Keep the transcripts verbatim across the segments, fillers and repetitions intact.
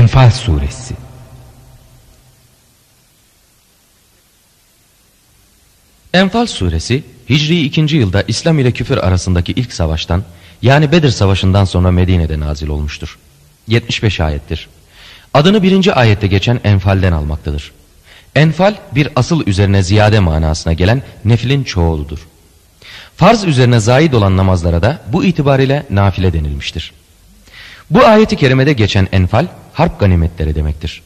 Enfal Suresi. Enfal Suresi, Hicri ikinci yılda İslam ile küfür arasındaki ilk savaştan, yani Bedir Savaşı'ndan sonra Medine'de nazil olmuştur. yetmiş beş ayettir. Adını birinci ayette geçen Enfal'den almaktadır. Enfal, bir asıl üzerine ziyade manasına gelen nefilin çoğuludur. Farz üzerine zaid olan namazlara da bu itibariyle nafile denilmiştir. Bu ayeti kerimede geçen enfal, harp ganimetleri demektir.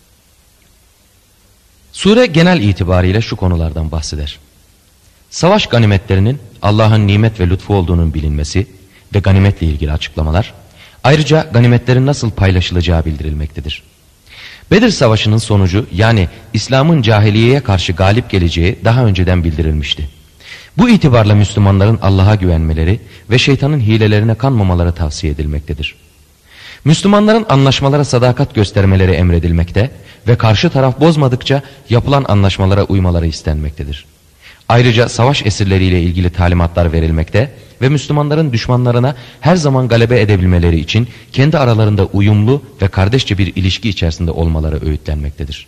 Sure genel itibariyle şu konulardan bahseder. Savaş ganimetlerinin Allah'ın nimet ve lütfu olduğunun bilinmesi ve ganimetle ilgili açıklamalar, ayrıca ganimetlerin nasıl paylaşılacağı bildirilmektedir. Bedir Savaşı'nın sonucu, yani İslam'ın cahiliyeye karşı galip geleceği daha önceden bildirilmişti. Bu itibarla Müslümanların Allah'a güvenmeleri ve şeytanın hilelerine kanmamaları tavsiye edilmektedir. Müslümanların anlaşmalara sadakat göstermeleri emredilmekte ve karşı taraf bozmadıkça yapılan anlaşmalara uymaları istenmektedir. Ayrıca savaş esirleriyle ilgili talimatlar verilmekte ve Müslümanların düşmanlarına her zaman galebe edebilmeleri için kendi aralarında uyumlu ve kardeşçe bir ilişki içerisinde olmaları öğütlenmektedir.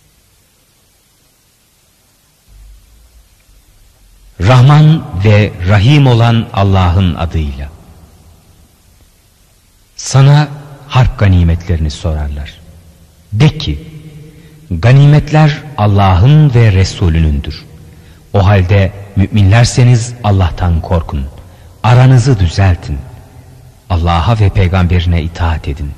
Rahman ve Rahim olan Allah'ın adıyla. Sana harp ganimetlerini sorarlar. De ki, ganimetler Allah'ın ve Resulünündür. O halde müminlerseniz Allah'tan korkun. Aranızı düzeltin. Allah'a ve peygamberine itaat edin.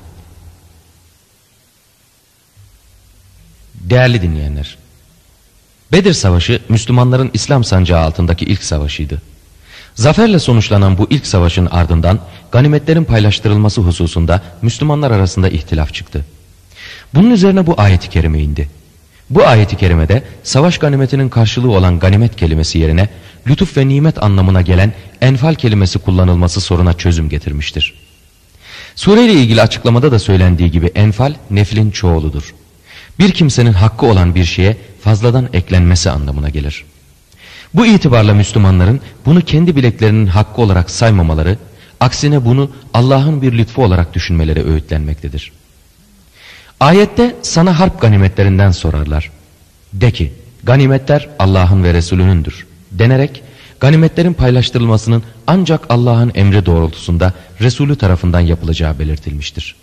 Değerli dinleyenler, Bedir Savaşı Müslümanların İslam sancağı altındaki ilk savaşıydı. Zaferle sonuçlanan bu ilk savaşın ardından ganimetlerin paylaştırılması hususunda Müslümanlar arasında ihtilaf çıktı. Bunun üzerine bu ayet-i kerime indi. Bu ayet-i kerimede savaş ganimetinin karşılığı olan ganimet kelimesi yerine lütuf ve nimet anlamına gelen enfal kelimesi kullanılması soruna çözüm getirmiştir. Sure ile ilgili açıklamada da söylendiği gibi enfal neflin çoğuludur. Bir kimsenin hakkı olan bir şeye fazladan eklenmesi anlamına gelir. Bu itibarla Müslümanların bunu kendi bileklerinin hakkı olarak saymamaları, aksine bunu Allah'ın bir lütfu olarak düşünmeleri öğütlenmektedir. Ayette sana harp ganimetlerinden sorarlar. De ki, ganimetler Allah'ın ve Resulünündür denerek ganimetlerin paylaştırılmasının ancak Allah'ın emri doğrultusunda Resulü tarafından yapılacağı belirtilmiştir.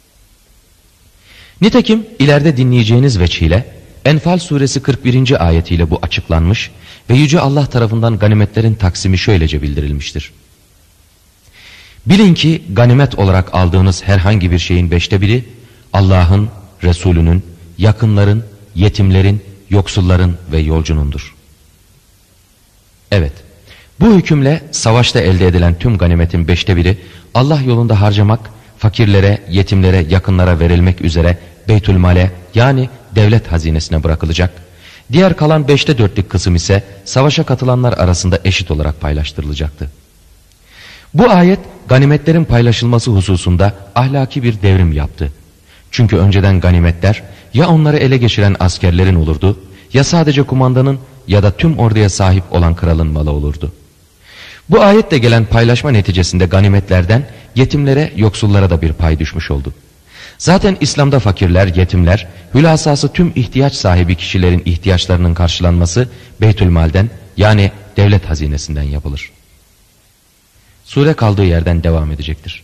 Nitekim ileride dinleyeceğiniz veçhiyle Enfal suresi kırk birinci ayetiyle bu açıklanmış ve Yüce Allah tarafından ganimetlerin taksimi şöylece bildirilmiştir. Bilin ki ganimet olarak aldığınız herhangi bir şeyin beşte biri Allah'ın, Resulünün, yakınların, yetimlerin, yoksulların ve yolcunundur. Evet, bu hükümle savaşta elde edilen tüm ganimetin beşte biri Allah yolunda harcamak, fakirlere, yetimlere, yakınlara verilmek üzere Beytülmal'e, yani devlet hazinesine bırakılacak. Diğer kalan beşte dörtlük kısım ise savaşa katılanlar arasında eşit olarak paylaştırılacaktı. Bu ayet ganimetlerin paylaşılması hususunda ahlaki bir devrim yaptı. Çünkü önceden ganimetler ya onları ele geçiren askerlerin olurdu, ya sadece kumandanın ya da tüm orduya sahip olan kralın malı olurdu. Bu ayetle gelen paylaşma neticesinde ganimetlerden yetimlere, yoksullara da bir pay düşmüş oldu. Zaten İslam'da fakirler, yetimler, hülasası tüm ihtiyaç sahibi kişilerin ihtiyaçlarının karşılanması Beytülmal'den, yani devlet hazinesinden yapılır. Sure kaldığı yerden devam edecektir.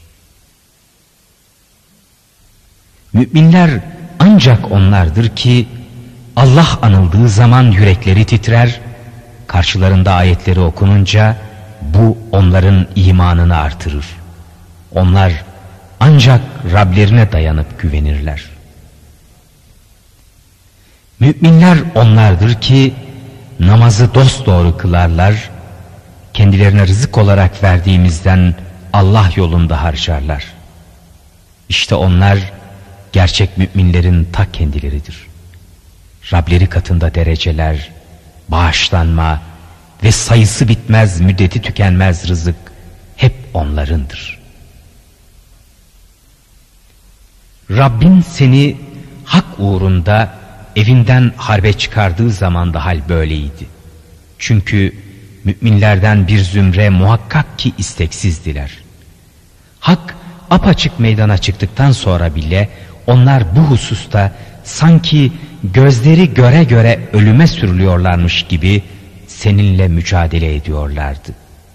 Müminler ancak onlardır ki Allah anıldığı zaman yürekleri titrer, karşılarında ayetleri okununca bu onların imanını artırır. Onlar ancak Rablerine dayanıp güvenirler. Müminler onlardır ki namazı dosdoğru kılarlar, kendilerine rızık olarak verdiğimizden Allah yolunda harcarlar. İşte onlar gerçek müminlerin ta kendileridir. Rableri katında dereceler, bağışlanma ve sayısı bitmez, müddeti tükenmez rızık hep onlarındır. Rabbin seni hak uğrunda evinden harbe çıkardığı zaman da hal böyleydi. Çünkü müminlerden bir zümre muhakkak ki isteksizdiler. Hak apaçık meydana çıktıktan sonra bile onlar bu hususta sanki gözleri göre göre ölüme sürülüyorlarmış gibi seninle mücadele ediyorlardı.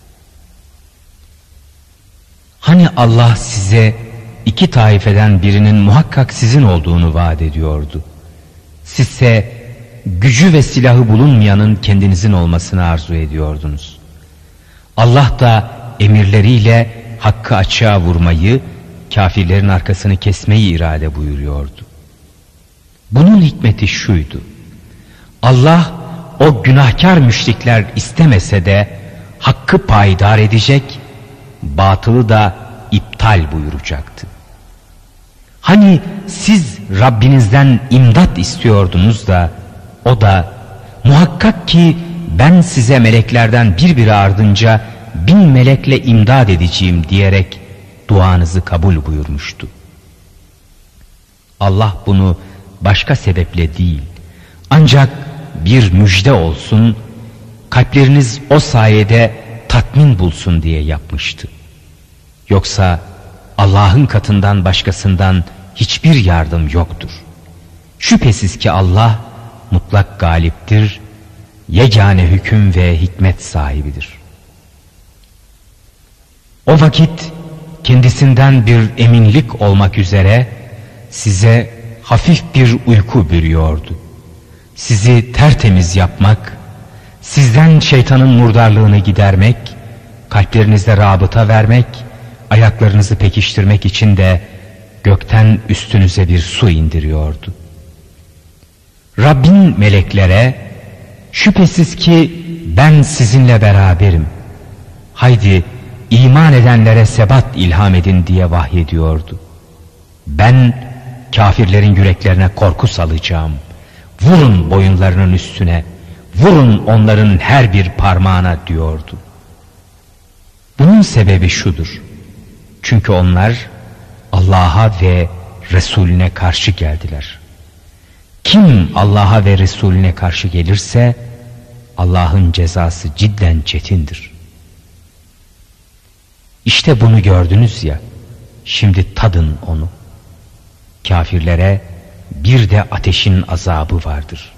Hani Allah size iki taifeden birinin muhakkak sizin olduğunu vaat ediyordu. Sizse gücü ve silahı bulunmayanın kendinizin olmasını arzu ediyordunuz. Allah da emirleriyle hakkı açığa vurmayı, kafirlerin arkasını kesmeyi irade buyuruyordu. Bunun hikmeti şuydu: Allah o günahkar müşrikler istemese de hakkı payidar edecek, batılı da iptal buyuracaktı. Hani siz Rabbinizden imdat istiyordunuz da o da muhakkak ki ben size meleklerden bir biri ardınca bin melekle imdad edeceğim diyerek duanızı kabul buyurmuştu. Allah bunu başka sebeple değil, ancak bir müjde olsun, kalpleriniz o sayede tatmin bulsun diye yapmıştı. Yoksa Allah'ın katından başkasından hiçbir yardım yoktur. Şüphesiz ki Allah mutlak galiptir, yegane hüküm ve hikmet sahibidir. O vakit kendisinden bir eminlik olmak üzere size hafif bir uyku bürüyordu. Sizi tertemiz yapmak, sizden şeytanın murdarlığını gidermek, kalplerinizde rabıta vermek, ayaklarınızı pekiştirmek için de gökten üstünüze bir su indiriyordu. Rabbin meleklere, şüphesiz ki ben sizinle beraberim, haydi iman edenlere sebat ilham edin diye vahyediyordu. Ben kafirlerin yüreklerine korku salacağım. Vurun boyunlarının üstüne, vurun onların her bir parmağına diyordu. Bunun sebebi şudur: çünkü onlar Allah'a ve Resulüne karşı geldiler. Kim Allah'a ve Resulüne karşı gelirse Allah'ın cezası cidden çetindir. İşte bunu gördünüz ya, şimdi tadın onu. Kafirlere bir de ateşin azabı vardır.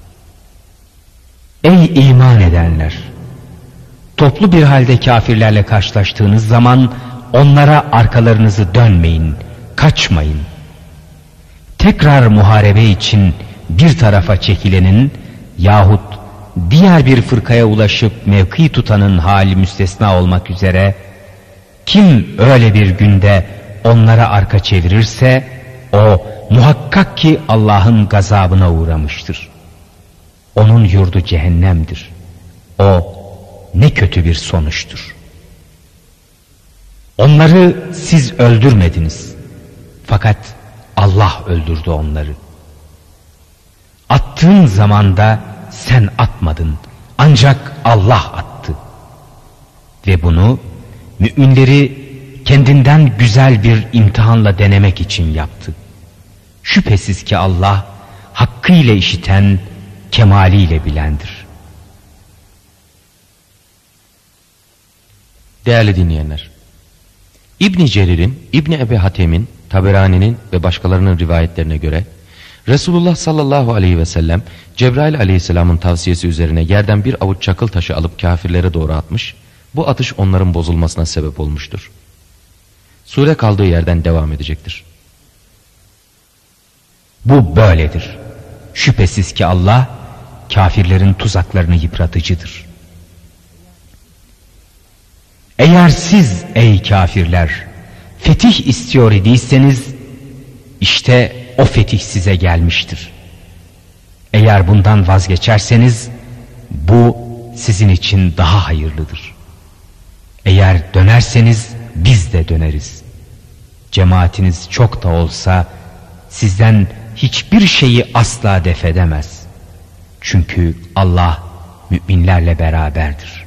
Ey iman edenler! Toplu bir halde kafirlerle karşılaştığınız zaman onlara arkalarınızı dönmeyin, kaçmayın. Tekrar muharebe için bir tarafa çekilenin yahut diğer bir fırkaya ulaşıp mevki tutanın hali müstesna olmak üzere, kim öyle bir günde onlara arka çevirirse o muhakkak ki Allah'ın gazabına uğramıştır. Onun yurdu cehennemdir. O ne kötü bir sonuçtur. Onları siz öldürmediniz. Fakat Allah öldürdü onları. Attığın zamanda sen atmadın, ancak Allah attı. Ve bunu müminleri kendinden güzel bir imtihanla denemek için yaptı. Şüphesiz ki Allah hakkıyla işiten, kemaliyle bilendir. Değerli dinleyenler, İbn-i Cerir'in, İbn-i Ebi Hatem'in, Taberani'nin ve başkalarının rivayetlerine göre Resulullah sallallahu aleyhi ve sellem Cebrail aleyhisselamın tavsiyesi üzerine yerden bir avuç çakıl taşı alıp kafirlere doğru atmış, bu atış onların bozulmasına sebep olmuştur. Sure kaldığı yerden devam edecektir. Bu böyledir. Şüphesiz ki Allah kafirlerin tuzaklarını yıpratıcıdır. Eğer siz ey kafirler fetih istiyor idiyseniz, işte o fetih size gelmiştir. Eğer bundan vazgeçerseniz bu sizin için daha hayırlıdır. Eğer dönerseniz biz de döneriz. Cemaatiniz çok da olsa sizden hiçbir şeyi asla def edemez. Çünkü Allah müminlerle beraberdir.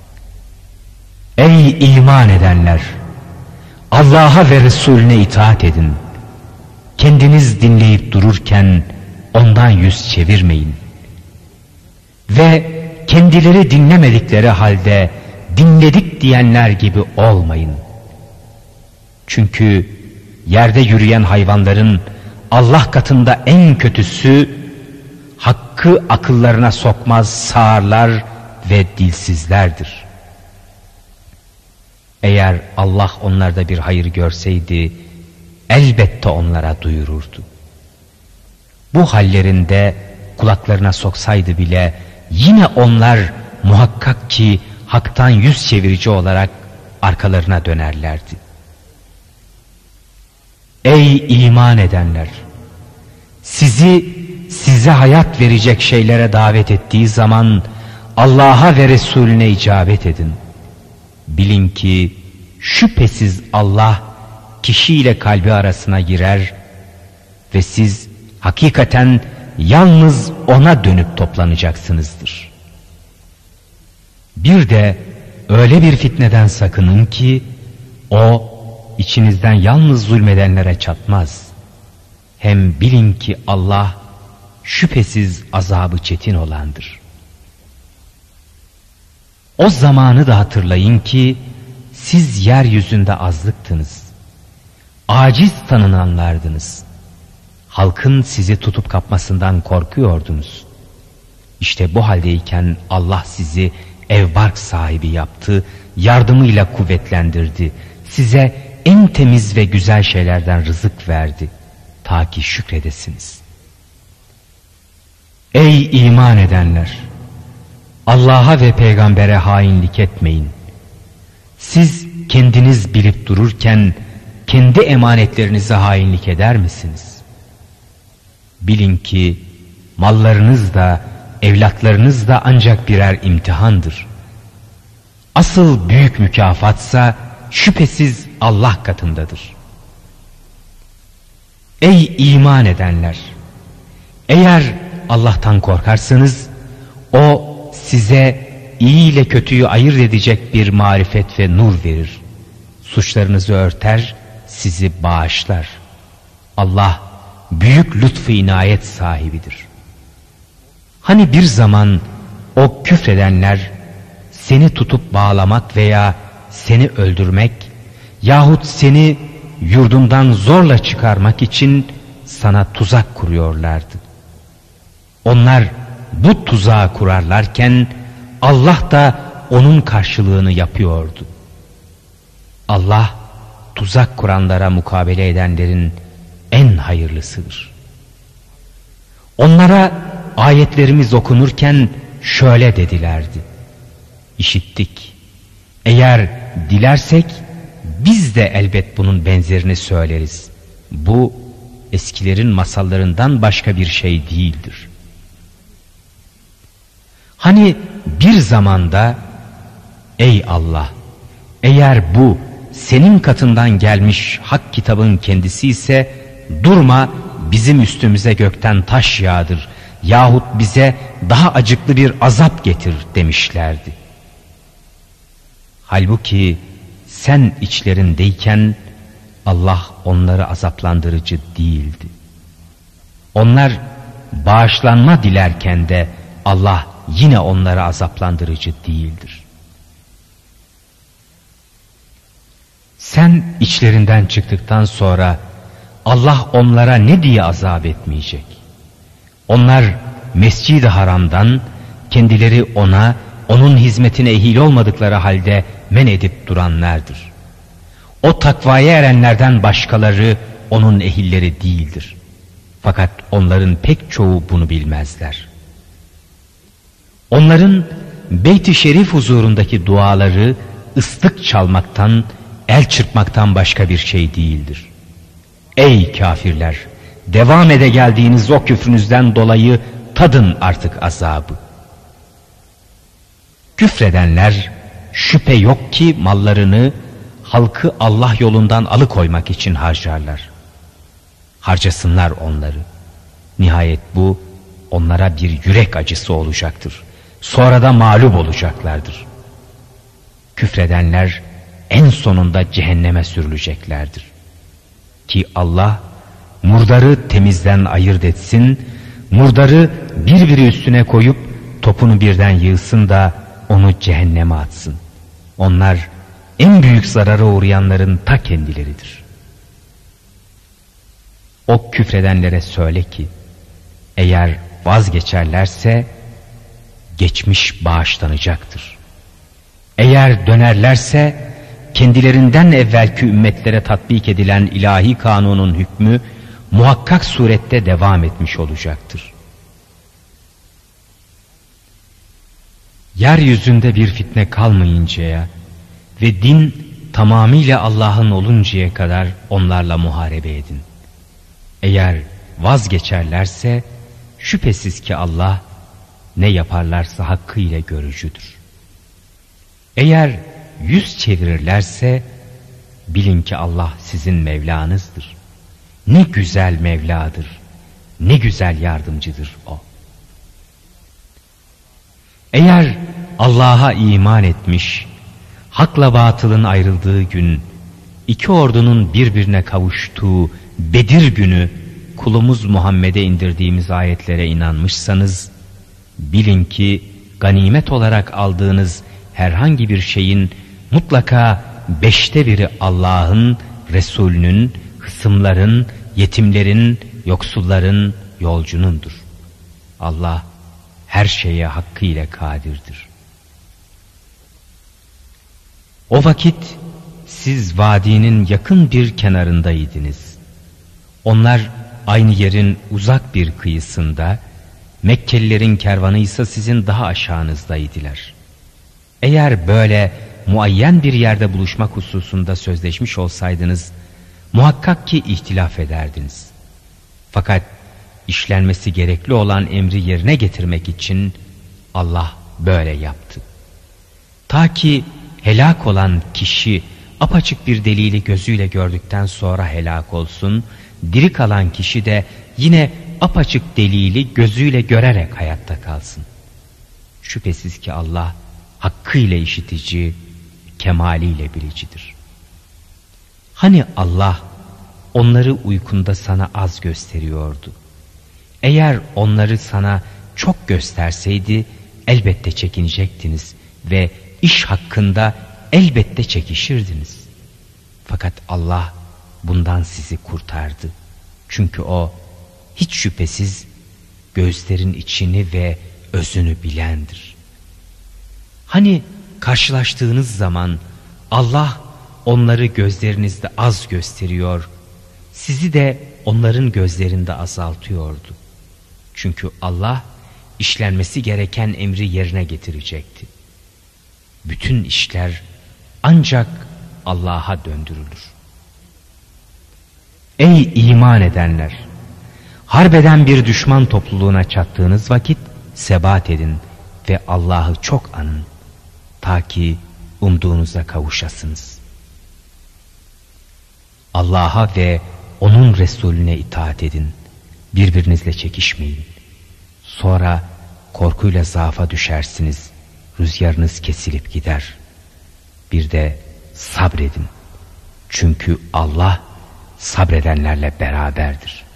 Ey iman edenler! Allah'a ve Resulüne itaat edin. Kendiniz dinleyip dururken ondan yüz çevirmeyin. Ve kendileri dinlemedikleri halde dinledik diyenler gibi olmayın. Çünkü yerde yürüyen hayvanların Allah katında en kötüsü, hakkı akıllarına sokmaz sağırlar ve dilsizlerdir. Eğer Allah onlarda bir hayır görseydi, elbette onlara duyururdu. Bu hallerinde kulaklarına soksaydı bile, yine onlar muhakkak ki haktan yüz çevirici olarak arkalarına dönerlerdi. Ey iman edenler! Sizi size hayat verecek şeylere davet ettiği zaman Allah'a ve Resulüne icabet edin. Bilin ki şüphesiz Allah kişiyle kalbi arasına girer ve siz hakikaten yalnız ona dönüp toplanacaksınızdır. Bir de öyle bir fitneden sakının ki o içinizden yalnız zulmedenlere çatmaz. Hem bilin ki Allah şüphesiz azabı çetin olandır. O zamanı da hatırlayın ki siz yeryüzünde azlıktınız. Aciz tanınanlardınız. Halkın sizi tutup kapmasından korkuyordunuz. İşte bu haldeyken Allah sizi evbark sahibi yaptı, yardımıyla kuvvetlendirdi. Size en temiz ve güzel şeylerden rızık verdi. Ta ki şükredesiniz. Ey iman edenler! Allah'a ve peygambere hainlik etmeyin. Siz kendiniz bilip dururken kendi emanetlerinize hainlik eder misiniz? Bilin ki mallarınız da evlatlarınız da ancak birer imtihandır. Asıl büyük mükafatsa şüphesiz Allah katındadır. Ey iman edenler! Eğer Allah'tan korkarsanız o size iyi ile kötüyü ayırt edecek bir marifet ve nur verir. Suçlarınızı örter, sizi bağışlar. Allah büyük lütfu inayet sahibidir. Hani bir zaman o küfredenler seni tutup bağlamak veya seni öldürmek yahut seni yurdundan zorla çıkarmak için sana tuzak kuruyorlardı. Onlar bu tuzağı kurarlarken Allah da onun karşılığını yapıyordu. Allah tuzak kuranlara mukabele edenlerin en hayırlısıdır. Onlara ayetlerimiz okunurken şöyle dedilerdi: İşittik. Eğer dilersek biz de elbet bunun benzerini söyleriz. Bu eskilerin masallarından başka bir şey değildir. Hani bir zamanda ey Allah, eğer bu senin katından gelmiş hak kitabın kendisi ise durma bizim üstümüze gökten taş yağdır yahut bize daha acıklı bir azap getir demişlerdi. Halbuki sen içlerindeyken Allah onları azaplandırıcı değildi. Onlar bağışlanma dilerken de Allah yine onları azaplandırıcı değildir. Sen içlerinden çıktıktan sonra Allah onlara ne diye azap etmeyecek? Onlar Mescid-i Haram'dan kendileri ona, onun hizmetine ehil olmadıkları halde men edip duranlardır. O takvaya erenlerden başkaları onun ehilleri değildir. Fakat onların pek çoğu bunu bilmezler. Onların Beyt-i Şerif huzurundaki duaları ıslık çalmaktan, el çırpmaktan başka bir şey değildir. Ey kafirler! Devam ede geldiğiniz o küfrünüzden dolayı tadın artık azabı. Küfredenler şüphe yok ki mallarını halkı Allah yolundan alıkoymak için harcarlar. Harcasınlar onları. Nihayet bu onlara bir yürek acısı olacaktır. Sonra da mağlup olacaklardır. Küfredenler en sonunda cehenneme sürüleceklerdir. Ki Allah murdarı temizden ayırt etsin, murdarı birbiri üstüne koyup topunu birden yığsın da onu cehenneme atsın. Onlar en büyük zarara uğrayanların ta kendileridir. O küfredenlere söyle ki, eğer vazgeçerlerse geçmiş bağışlanacaktır. Eğer dönerlerse kendilerinden evvelki ümmetlere tatbik edilen ilahi kanunun hükmü muhakkak surette devam etmiş olacaktır. Yeryüzünde bir fitne kalmayıncaya ve din tamamıyla Allah'ın oluncaya kadar onlarla muharebe edin. Eğer vazgeçerlerse şüphesiz ki Allah ne yaparlarsa hakkıyla görücüdür. Eğer yüz çevirirlerse bilin ki Allah sizin Mevlanızdır. Ne güzel Mevladır, ne güzel yardımcıdır O. Eğer Allah'a iman etmiş, hakla batılın ayrıldığı gün, iki ordunun birbirine kavuştuğu Bedir günü kulumuz Muhammed'e indirdiğimiz ayetlere inanmışsanız, bilin ki ganimet olarak aldığınız herhangi bir şeyin mutlaka beşte biri Allah'ın, Resulünün, hısımların, yetimlerin, yoksulların, yolcunundur. Allah her şeye hakkıyla kadirdir. O vakit siz vadinin yakın bir kenarındaydınız. Onlar aynı yerin uzak bir kıyısında, Mekkelilerin kervanı ise sizin daha aşağınızdaydılar. Eğer böyle muayyen bir yerde buluşmak hususunda sözleşmiş olsaydınız, muhakkak ki ihtilaf ederdiniz. Fakat işlenmesi gerekli olan emri yerine getirmek için Allah böyle yaptı. Ta ki helak olan kişi apaçık bir delili gözüyle gördükten sonra helak olsun, diri kalan kişi de yine apaçık delili gözüyle görerek hayatta kalsın. Şüphesiz ki Allah hakkıyla işitici, kemaliyle bilicidir. Hani Allah onları uykunda sana az gösteriyordu. Eğer onları sana çok gösterseydi elbette çekinecektiniz ve iş hakkında elbette çekişirdiniz. Fakat Allah bundan sizi kurtardı. Çünkü O hiç şüphesiz gözlerin içini ve özünü bilendir. Hani karşılaştığınız zaman Allah onları gözlerinizde az gösteriyor, sizi de onların gözlerinde azaltıyordu. Çünkü Allah işlenmesi gereken emri yerine getirecekti. Bütün işler ancak Allah'a döndürülür. Ey iman edenler! Harbeden bir düşman topluluğuna çattığınız vakit sebat edin ve Allah'ı çok anın, ta ki umduğunuza kavuşasınız. Allah'a ve O'nun Resulüne itaat edin, birbirinizle çekişmeyin. Sonra korkuyla zaafa düşersiniz, rüzgarınız kesilip gider. Bir de sabredin, çünkü Allah sabredenlerle beraberdir.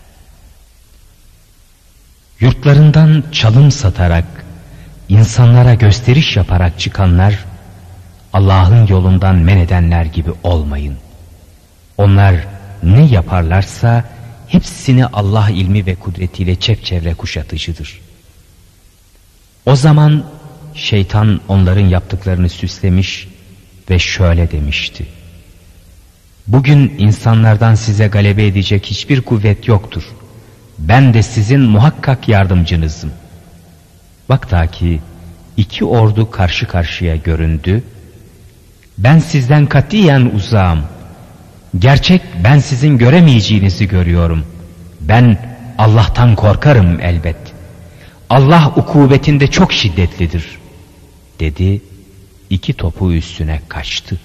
Yurtlarından çalım satarak, insanlara gösteriş yaparak çıkanlar, Allah'ın yolundan men edenler gibi olmayın. Onlar ne yaparlarsa hepsini Allah ilmi ve kudretiyle çepçevre kuşatıcıdır. O zaman şeytan onların yaptıklarını süslemiş ve şöyle demişti: bugün insanlardan size galebe edecek hiçbir kuvvet yoktur. Ben de sizin muhakkak yardımcınızım. Bak ta ki iki ordu karşı karşıya göründü. Ben sizden katiyen uzağım. Gerçek ben sizin göremeyeceğinizi görüyorum. Ben Allah'tan korkarım elbet. Allah ukubetinde çok şiddetlidir, dedi, iki topu üstüne kaçtı.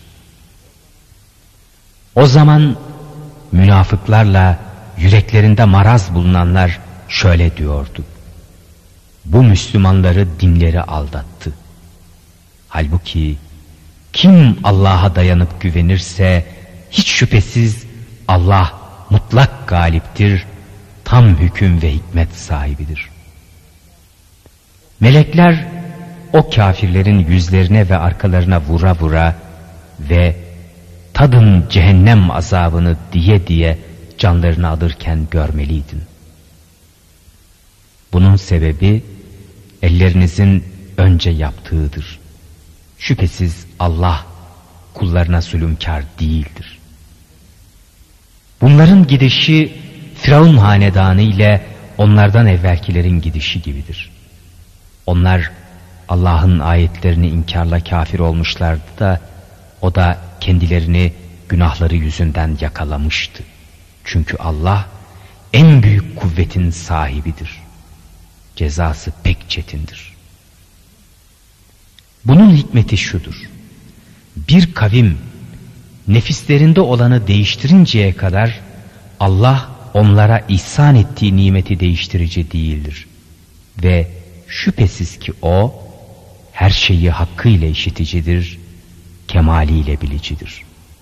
O zaman münafıklarla yüreklerinde maraz bulunanlar şöyle diyordu: bu Müslümanları dinleri aldattı. Halbuki kim Allah'a dayanıp güvenirse hiç şüphesiz Allah mutlak galiptir, tam hüküm ve hikmet sahibidir. Melekler o kafirlerin yüzlerine ve arkalarına vura vura ve tadın cehennem azabını diye diye canlarını alırken görmeliydin. Bunun sebebi ellerinizin önce yaptığıdır. Şüphesiz Allah kullarına zulümkar değildir. Bunların gidişi Firavun hanedanı ile onlardan evvelkilerin gidişi gibidir. Onlar Allah'ın ayetlerini inkarla kafir olmuşlardı da o da kendilerini günahları yüzünden yakalamıştı. Çünkü Allah en büyük kuvvetin sahibidir. Cezası pek çetindir. Bunun hikmeti şudur: bir kavim nefislerinde olanı değiştirinceye kadar Allah onlara ihsan ettiği nimeti değiştirici değildir. Ve şüphesiz ki O her şeyi hakkıyla işiticidir, kemaliyle bilicidir.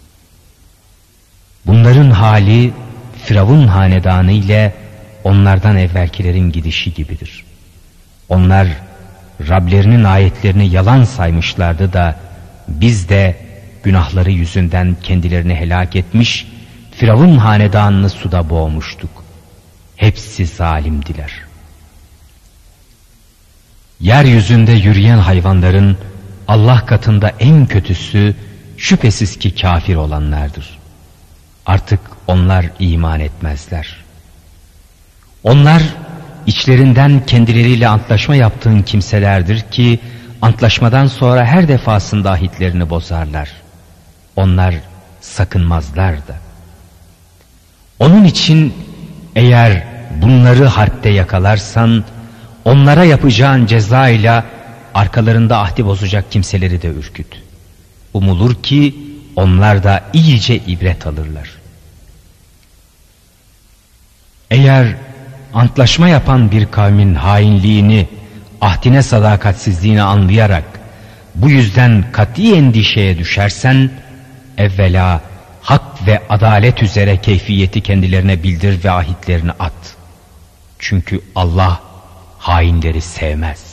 Bunların hali Firavun hanedanı ile onlardan evvelkilerin gidişi gibidir. Onlar Rablerinin ayetlerini yalan saymışlardı da biz de günahları yüzünden kendilerini helak etmiş, Firavun hanedanını suda boğmuştuk. Hepsi zalimdiler. Yeryüzünde yürüyen hayvanların Allah katında en kötüsü şüphesiz ki kafir olanlardır. Artık onlar iman etmezler. Onlar içlerinden kendileriyle antlaşma yaptığın kimselerdir ki antlaşmadan sonra her defasında ahitlerini bozarlar. Onlar sakınmazlar da. Onun için eğer bunları harpte yakalarsan onlara yapacağın cezayla arkalarında ahdi bozacak kimseleri de ürküt. Umulur ki onlar da iyice ibret alırlar. Eğer antlaşma yapan bir kavmin hainliğini, ahdine sadakatsizliğini anlayarak bu yüzden kat'i endişeye düşersen, evvela hak ve adalet üzere keyfiyeti kendilerine bildir ve ahitlerini at. Çünkü Allah hainleri sevmez.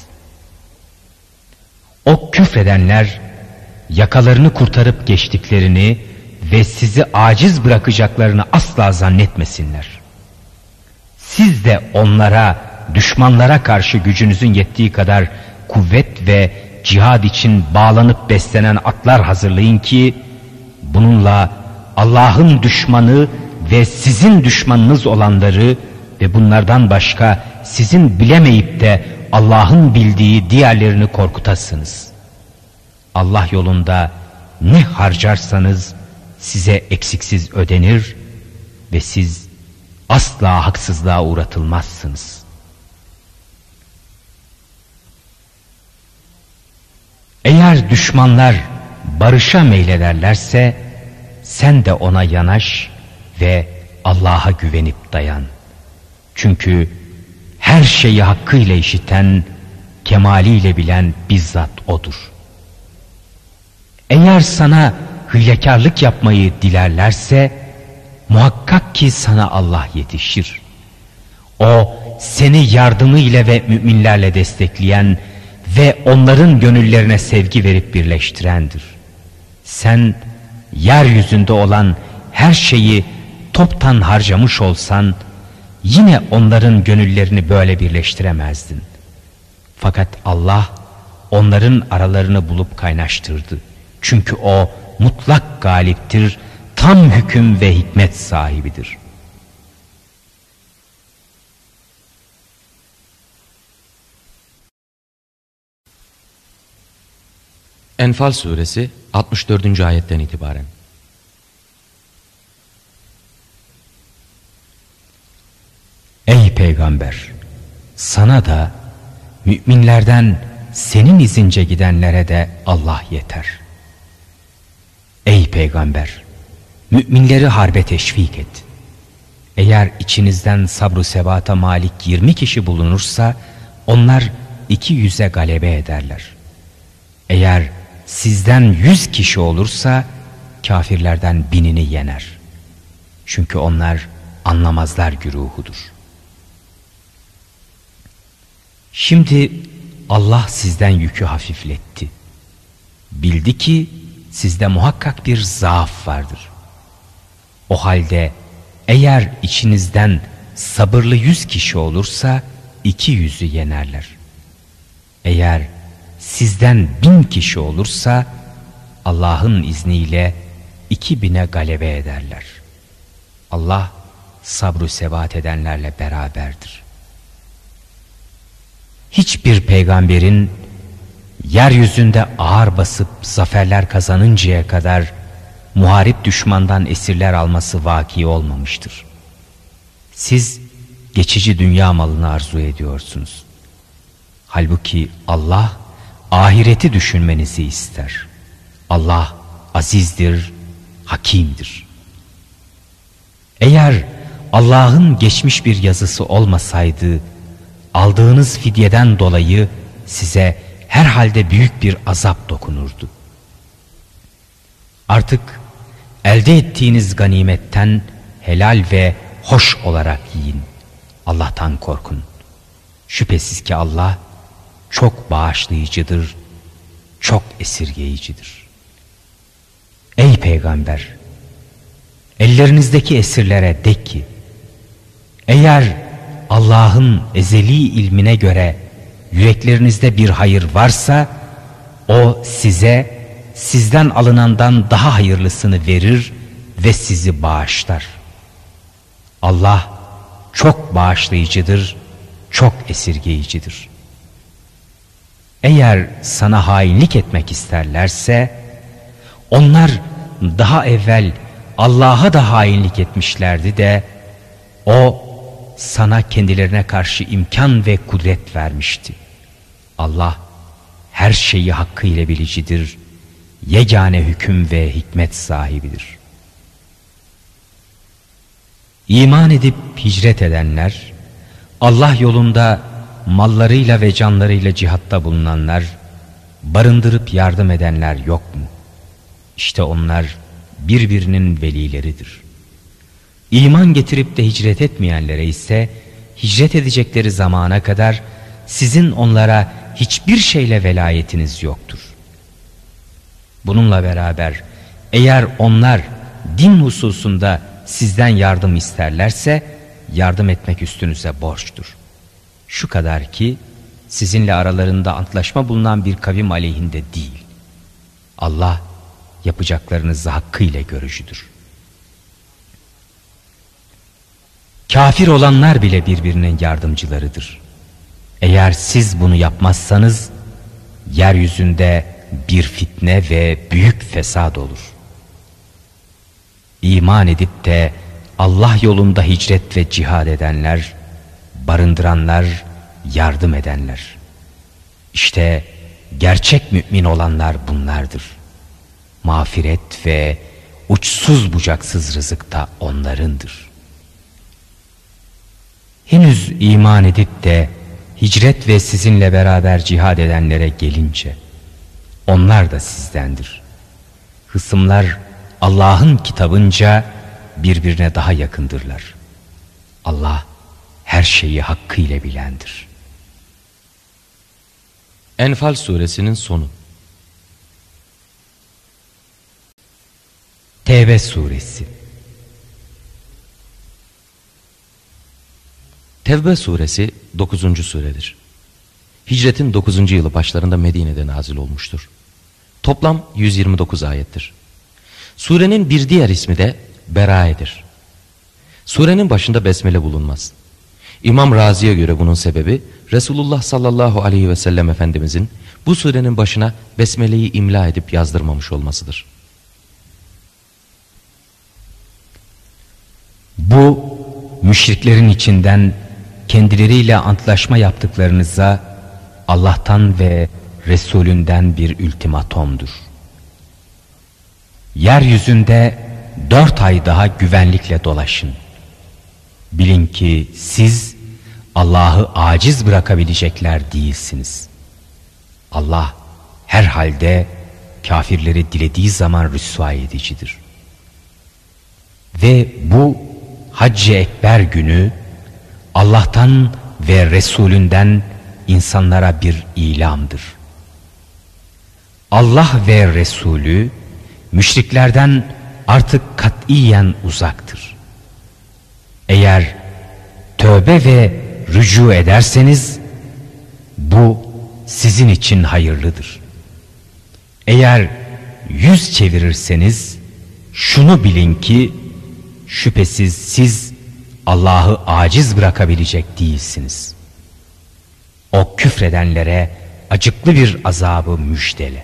O küfredenler yakalarını kurtarıp geçtiklerini ve sizi aciz bırakacaklarını asla zannetmesinler. Siz de onlara, düşmanlara karşı gücünüzün yettiği kadar kuvvet ve cihad için bağlanıp beslenen atlar hazırlayın ki bununla Allah'ın düşmanı ve sizin düşmanınız olanları ve bunlardan başka sizin bilemeyip de Allah'ın bildiği diğerlerini korkutasınız. Allah yolunda ne harcarsanız size eksiksiz ödenir ve siz asla haksızlığa uğratılmazsınız. Eğer düşmanlar barışa meylederlerse sen de ona yanaş ve Allah'a güvenip dayan. Çünkü her şeyi hakkıyla işiten, kemaliyle bilen bizzat O'dur. Eğer sana hılekarlık yapmayı dilerlerse muhakkak ki sana Allah yetişir. O seni yardımıyla ve müminlerle destekleyen ve onların gönüllerine sevgi verip birleştirendir. Sen yeryüzünde olan her şeyi toptan harcamış olsan yine onların gönüllerini böyle birleştiremezdin. Fakat Allah onların aralarını bulup kaynaştırdı. Çünkü O mutlak galiptir, tam hüküm ve hikmet sahibidir. Enfal suresi altmış dördüncü ayetten itibaren. Ey peygamber! Sana da müminlerden senin izince gidenlere de Allah yeter. Ey peygamber! Müminleri harbe teşvik et. Eğer içinizden sabr-ı sebata malik yirmi kişi bulunursa onlar iki yüze galebe ederler. Eğer sizden yüz kişi olursa kafirlerden binini yener. Çünkü onlar anlamazlar güruhudur. Şimdi Allah sizden yükü hafifletti. Bildi ki sizde muhakkak bir zaaf vardır. O halde Eğer içinizden sabırlı yüz kişi olursa iki yüzü yenerler. Eğer sizden bin kişi olursa Allah'ın izniyle iki bine galebe ederler. Allah sabrı sebat edenlerle beraberdir. Hiçbir peygamberin yeryüzünde ağır basıp zaferler kazanıncaya kadar muharip düşmandan esirler alması vaki olmamıştır. Siz geçici dünya malını arzu ediyorsunuz. Halbuki Allah ahireti düşünmenizi ister. Allah azizdir, hakimdir. Eğer Allah'ın geçmiş bir yazısı olmasaydı, aldığınız fidyeden dolayı size herhalde büyük bir azap dokunurdu. Artık elde ettiğiniz ganimetten helal ve hoş olarak yiyin. Allah'tan korkun. Şüphesiz ki Allah çok bağışlayıcıdır, çok esirgeyicidir. Ey peygamber! Ellerinizdeki esirlere de ki, eğer Allah'ın ezeli ilmine göre yüreklerinizde bir hayır varsa, o size sizden alınandan daha hayırlısını verir ve sizi bağışlar. Allah çok bağışlayıcıdır, çok esirgeyicidir. Eğer sana hainlik etmek isterlerse, onlar daha evvel Allah'a da hainlik etmişlerdi de, o sana kendilerine karşı imkan ve kudret vermişti. Allah her şeyi hakkıyla bilicidir, yegane hüküm ve hikmet sahibidir. İman edip hicret edenler, Allah yolunda mallarıyla ve canlarıyla cihatta bulunanlar, barındırıp yardım edenler yok mu? İşte onlar birbirinin velileridir. İman getirip de hicret etmeyenlere ise hicret edecekleri zamana kadar sizin onlara hiçbir şeyle velayetiniz yoktur. Bununla beraber eğer onlar din hususunda sizden yardım isterlerse yardım etmek üstünüze borçtur. Şu kadar ki sizinle aralarında antlaşma bulunan bir kavim aleyhinde değil. Allah yapacaklarınızı hakkıyla görücüdür. Kafir olanlar bile birbirinin yardımcılarıdır. Eğer siz bunu yapmazsanız yeryüzünde bir fitne ve büyük fesat olur. İman edip de Allah yolunda hicret ve cihad edenler, barındıranlar, yardım edenler. İşte gerçek mümin olanlar bunlardır. Mağfiret ve uçsuz bucaksız rızık da onlarındır. Henüz iman edip de hicret ve sizinle beraber cihad edenlere gelince, onlar da sizdendir. Hısımlar Allah'ın kitabınca birbirine daha yakındırlar. Allah her şeyi hakkıyla bilendir. Enfal suresinin sonu. Tevbe suresi. Tevbe suresi dokuzuncu suredir. Hicretin dokuzuncu yılı başlarında Medine'de nazil olmuştur. Toplam yüz yirmi dokuz ayettir. Surenin bir diğer ismi de Berae'dir. Surenin başında besmele bulunmaz. İmam Razi'ye göre bunun sebebi Resulullah sallallahu aleyhi ve sellem Efendimizin bu surenin başına besmeleyi imla edip yazdırmamış olmasıdır. Bu müşriklerin içinden kendileriyle antlaşma yaptıklarınıza Allah'tan ve Resulünden bir ultimatomdur. Yeryüzünde dört ay daha güvenlikle dolaşın. Bilin ki siz Allah'ı aciz bırakabilecekler değilsiniz. Allah herhalde kafirleri dilediği zaman rüsva edicidir. Ve bu Hac-ı Ekber günü Allah'tan ve Resulünden insanlara bir ilamdır. Allah ve Resulü müşriklerden artık katiyen uzaktır. Eğer tövbe ve rücu ederseniz bu sizin için hayırlıdır. Eğer yüz çevirirseniz şunu bilin ki şüphesiz siz Allah'ı aciz bırakabilecek değilsiniz. O küfredenlere acıklı bir azabı müjdele.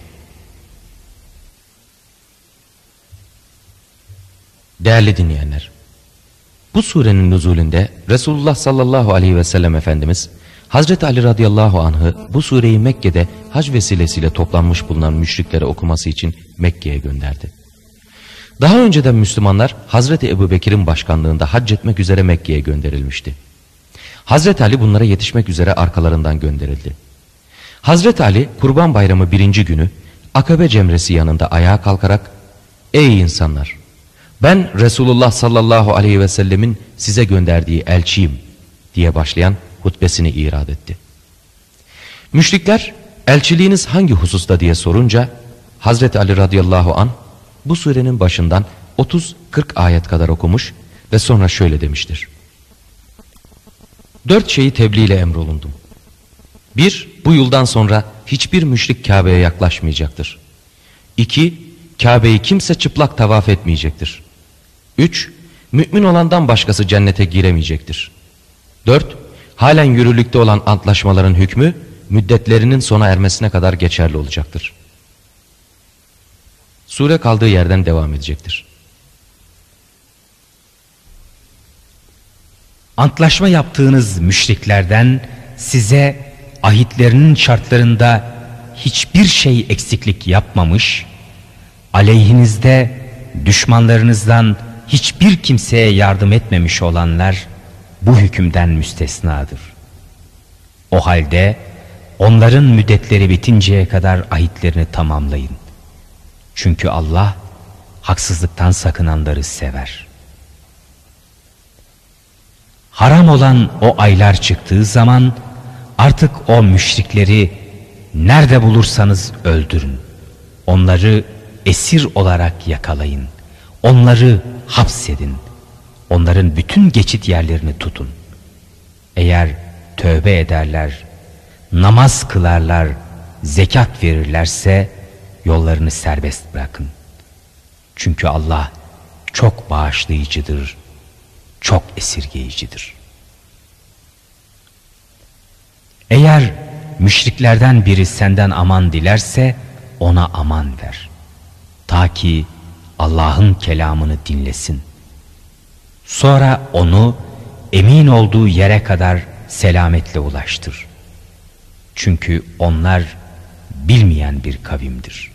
Değerli dinleyenler, bu surenin nüzulünde Resulullah sallallahu aleyhi ve sellem Efendimiz Hazreti Ali radıyallahu anh'ı bu sureyi Mekke'de hac vesilesiyle toplanmış bulunan müşriklere okuması için Mekke'ye gönderdi. Daha önceden Müslümanlar Hazreti Ebubekir'in başkanlığında hac etmek üzere Mekke'ye gönderilmişti. Hazreti Ali bunlara yetişmek üzere arkalarından gönderildi. Hazreti Ali Kurban Bayramı birinci günü Akabe cemresi yanında ayağa kalkarak "Ey insanlar! Ben Resulullah sallallahu aleyhi ve sellemin size gönderdiği elçiyim" diye başlayan hutbesini irad etti. Müşrikler elçiliğiniz hangi hususta diye sorunca Hazreti Ali radıyallahu anh bu surenin başından otuz kırk ayet kadar okumuş ve sonra şöyle demiştir. Dört şeyi tebliğ ile emrolundum. Bir, bu yıldan sonra hiçbir müşrik Kabe'ye yaklaşmayacaktır. İki, Kabe'yi kimse çıplak tavaf etmeyecektir. Üç, mümin olandan başkası cennete giremeyecektir. Dört, halen yürürlükte olan antlaşmaların hükmü müddetlerinin sona ermesine kadar geçerli olacaktır. Sure kaldığı yerden devam edecektir. Antlaşma yaptığınız müşriklerden size ahitlerinin şartlarında hiçbir şey eksiklik yapmamış, aleyhinizde düşmanlarınızdan hiçbir kimseye yardım etmemiş olanlar bu hükümden müstesnadır. O halde onların müddetleri bitinceye kadar ahitlerini tamamlayın. Çünkü Allah haksızlıktan sakınanları sever. Haram olan o aylar çıktığı zaman artık o müşrikleri nerede bulursanız öldürün. Onları esir olarak yakalayın. Onları hapsedin. Onların bütün geçit yerlerini tutun. Eğer tövbe ederler, namaz kılarlar, zekat verirlerse yollarını serbest bırakın. Çünkü Allah çok bağışlayıcıdır, çok esirgeyicidir. Eğer müşriklerden biri senden aman dilerse ona aman ver. Ta ki Allah'ın kelamını dinlesin. Sonra onu emin olduğu yere kadar selametle ulaştır. Çünkü onlar bilmeyen bir kavimdir.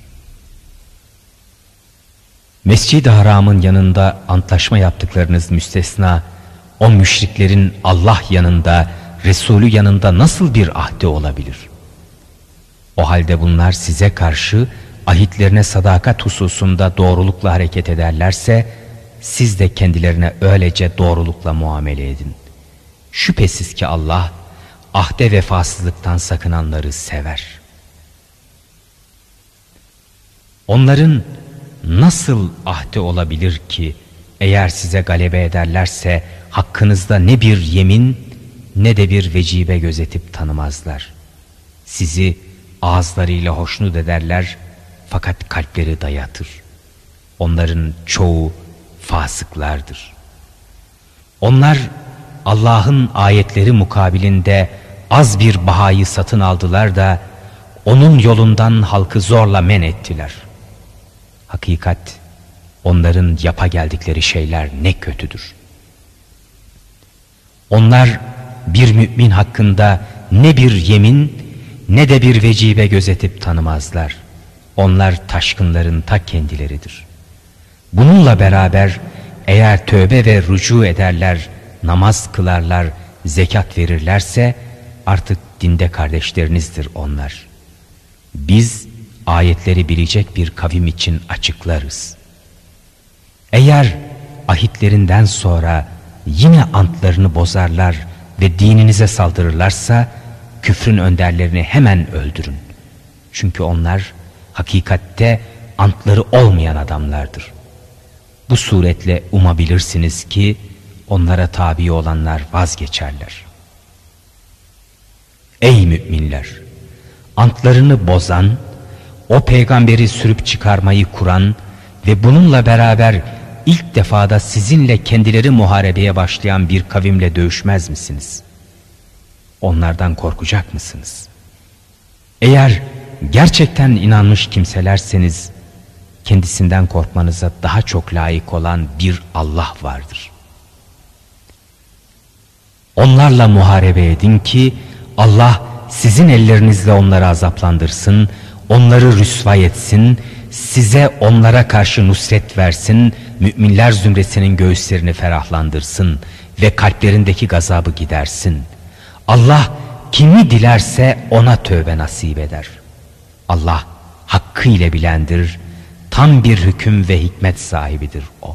Mescid-i Haram'ın yanında antlaşma yaptıklarınız müstesna, o müşriklerin Allah yanında, Resulü yanında nasıl bir ahdi olabilir? O halde bunlar size karşı ahitlerine sadakat hususunda doğrulukla hareket ederlerse, siz de kendilerine öylece doğrulukla muamele edin. Şüphesiz ki Allah, ahde vefasızlıktan sakınanları sever. Onların nasıl ahde olabilir ki, eğer size galebe ederlerse, hakkınızda ne bir yemin, ne de bir vecibe gözetip tanımazlar. Sizi ağızlarıyla hoşnut ederler, fakat kalpleri dayatır. Onların çoğu fasıklardır. Onlar Allah'ın ayetleri mukabilinde az bir bahayı satın aldılar da onun yolundan halkı zorla men ettiler. Hakikat onların yapa geldikleri şeyler ne kötüdür. Onlar bir mümin hakkında ne bir yemin ne de bir vecibe gözetip tanımazlar. Onlar taşkınların ta kendileridir. Bununla beraber eğer tövbe ve rücu ederler, namaz kılarlar, zekat verirlerse artık dinde kardeşlerinizdir onlar. Biz ayetleri bilecek bir kavim için açıklarız. Eğer ahitlerinden sonra yine antlarını bozarlar ve dininize saldırırlarsa küfrün önderlerini hemen öldürün. Çünkü onlar hakikatte antları olmayan adamlardır. Bu suretle umabilirsiniz ki onlara tabi olanlar vazgeçerler. Ey müminler! Antlarını bozan, o peygamberi sürüp çıkarmayı kuran ve bununla beraber ilk defada sizinle kendileri muharebeye başlayan bir kavimle dövüşmez misiniz? Onlardan korkacak mısınız? Eğer gerçekten inanmış kimselerseniz, kendisinden korkmanıza daha çok layık olan bir Allah vardır. Onlarla muharebe edin ki Allah sizin ellerinizle onları azaplandırsın, onları rüsvay etsin, size onlara karşı nusret versin, müminler zümresinin göğüslerini ferahlandırsın ve kalplerindeki gazabı gidersin. Allah kimi dilerse ona tövbe nasip eder. Allah hakkıyla bilendir, tam bir hüküm ve hikmet sahibidir o.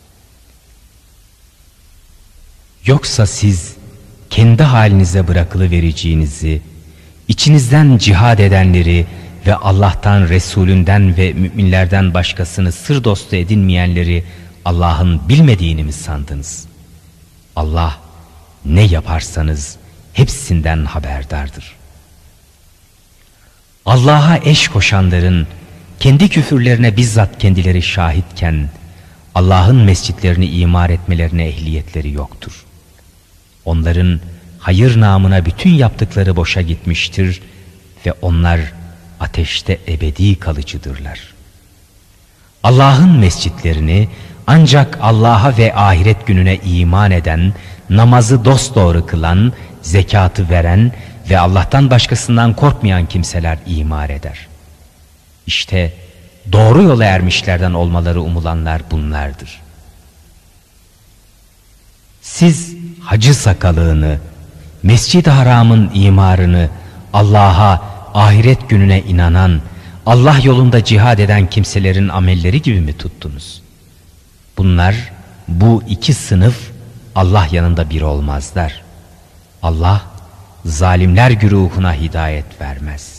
Yoksa siz kendi halinize bırakılıvereceğinizi, içinizden cihad edenleri ve Allah'tan, Resulünden ve müminlerden başkasını sır dostu edinmeyenleri Allah'ın bilmediğini mi sandınız? Allah ne yaparsanız hepsinden haberdardır. Allah'a eş koşanların kendi küfürlerine bizzat kendileri şahitken Allah'ın mescitlerini imar etmelerine ehliyetleri yoktur. Onların hayır namına bütün yaptıkları boşa gitmiştir ve onlar ateşte ebedi kalıcıdırlar. Allah'ın mescitlerini ancak Allah'a ve ahiret gününe iman eden, namazı dosdoğru kılan, zekatı veren ve Allah'tan başkasından korkmayan kimseler imar eder. İşte doğru yola ermişlerden olmaları umulanlar bunlardır. Siz hacı sakalığını, Mescid-i Haram'ın imarını Allah'a, ahiret gününe inanan, Allah yolunda cihad eden kimselerin amelleri gibi mi tuttunuz? Bunlar, bu iki sınıf Allah yanında bir olmazlar. Allah zalimler güruhuna hidayet vermez.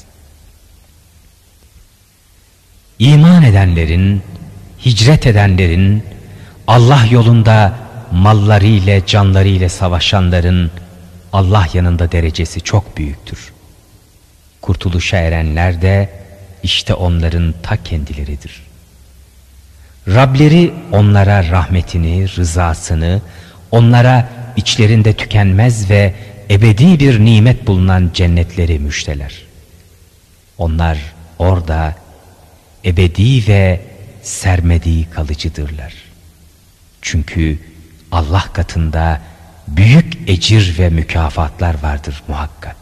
İman edenlerin, hicret edenlerin, Allah yolunda mallarıyla, canlarıyla savaşanların Allah yanında derecesi çok büyüktür. Kurtuluşa erenler de işte onların ta kendileridir. Rableri onlara rahmetini, rızasını, onlara içlerinde tükenmez ve ebedi bir nimet bulunan cennetleri müjdeler. Onlar orada ebedi ve sermedi kalıcıdırlar. Çünkü Allah katında büyük ecir ve mükafatlar vardır muhakkak.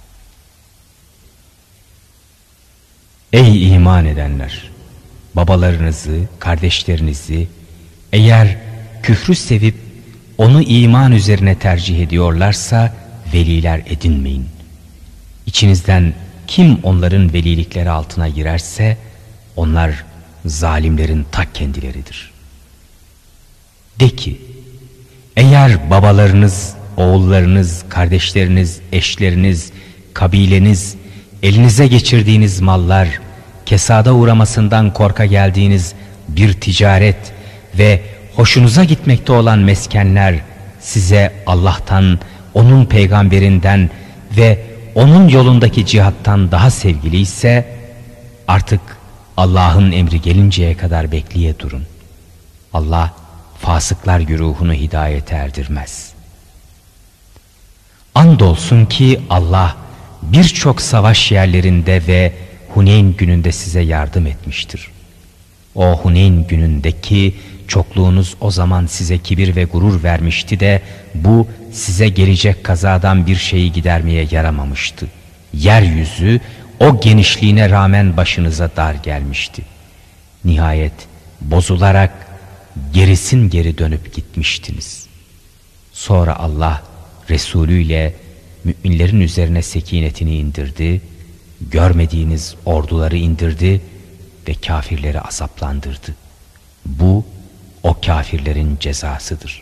Ey iman edenler! Babalarınızı, kardeşlerinizi eğer küfrü sevip onu iman üzerine tercih ediyorlarsa veliler edinmeyin. İçinizden kim onların velilikleri altına girerse onlar zalimlerin ta kendileridir. De ki, eğer babalarınız, oğullarınız, kardeşleriniz, eşleriniz, kabileniz, elinize geçirdiğiniz mallar, kesada uğramasından korka geldiğiniz bir ticaret ve hoşunuza gitmekte olan meskenler size Allah'tan, onun peygamberinden ve onun yolundaki cihattan daha sevgili ise artık Allah'ın emri gelinceye kadar bekleye durun. Allah fasıklar güruhunu hidayete erdirmez. Andolsun ki Allah birçok savaş yerlerinde ve Huneyn gününde size yardım etmiştir. O Huneyn günündeki çokluğunuz o zaman size kibir ve gurur vermişti de bu size gelecek kazadan bir şeyi gidermeye yaramamıştı. Yeryüzü o genişliğine rağmen başınıza dar gelmişti. Nihayet bozularak gerisin geri dönüp gitmiştiniz. Sonra Allah Resulü ile müminlerin üzerine sekinetini indirdi, görmediğiniz orduları indirdi ve kafirleri azaplandırdı. Bu o kafirlerin cezasıdır.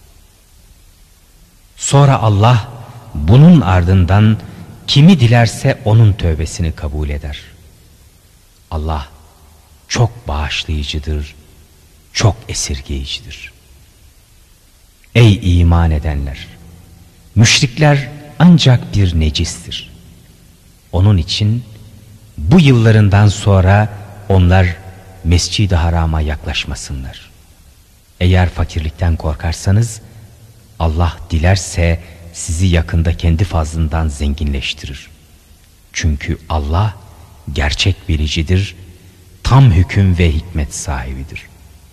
Sonra Allah bunun ardından kimi dilerse onun tövbesini kabul eder. Allah çok bağışlayıcıdır, çok esirgeyicidir. Ey iman edenler! Müşrikler ancak bir necistir. Onun için bu yıllarından sonra onlar Mescid-i Haram'a yaklaşmasınlar. Eğer fakirlikten korkarsanız Allah dilerse sizi yakında kendi fazlından zenginleştirir. Çünkü Allah gerçek bilicidir, tam hüküm ve hikmet sahibidir.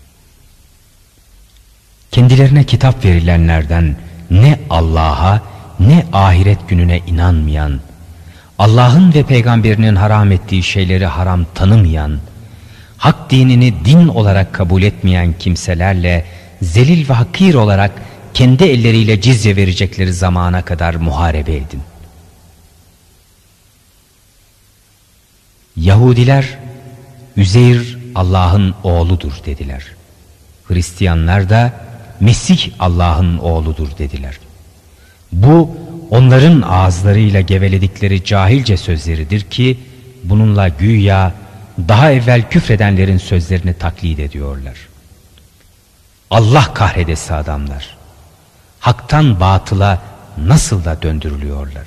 Kendilerine kitap verilenlerden ne Allah'a ne ahiret gününe inanmayan, Allah'ın ve peygamberinin haram ettiği şeyleri haram tanımayan, hak dinini din olarak kabul etmeyen kimselerle zelil ve hakir olarak kendi elleriyle cizye verecekleri zamana kadar muharebe edin. Yahudiler Üzeyr Allah'ın oğludur dediler. Hristiyanlar da Mesih Allah'ın oğludur dediler. Bu onların ağızlarıyla geveledikleri cahilce sözleridir ki bununla güya daha evvel küfredenlerin sözlerini taklit ediyorlar. Allah kahredesi adamlar! Haktan batıla nasıl da döndürülüyorlar.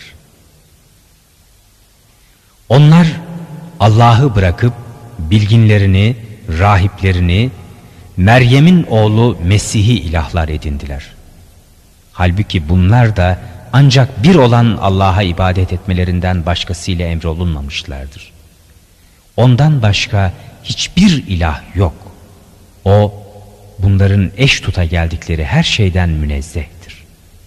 Onlar Allah'ı bırakıp bilginlerini, rahiplerini, Meryem'in oğlu Mesih'i ilahlar edindiler. Halbuki bunlar da ancak bir olan Allah'a ibadet etmelerinden başkasıyla emrolunmamışlardır. Ondan başka hiçbir ilah yok. O, bunların eş tuta geldikleri her şeyden münezzehtir.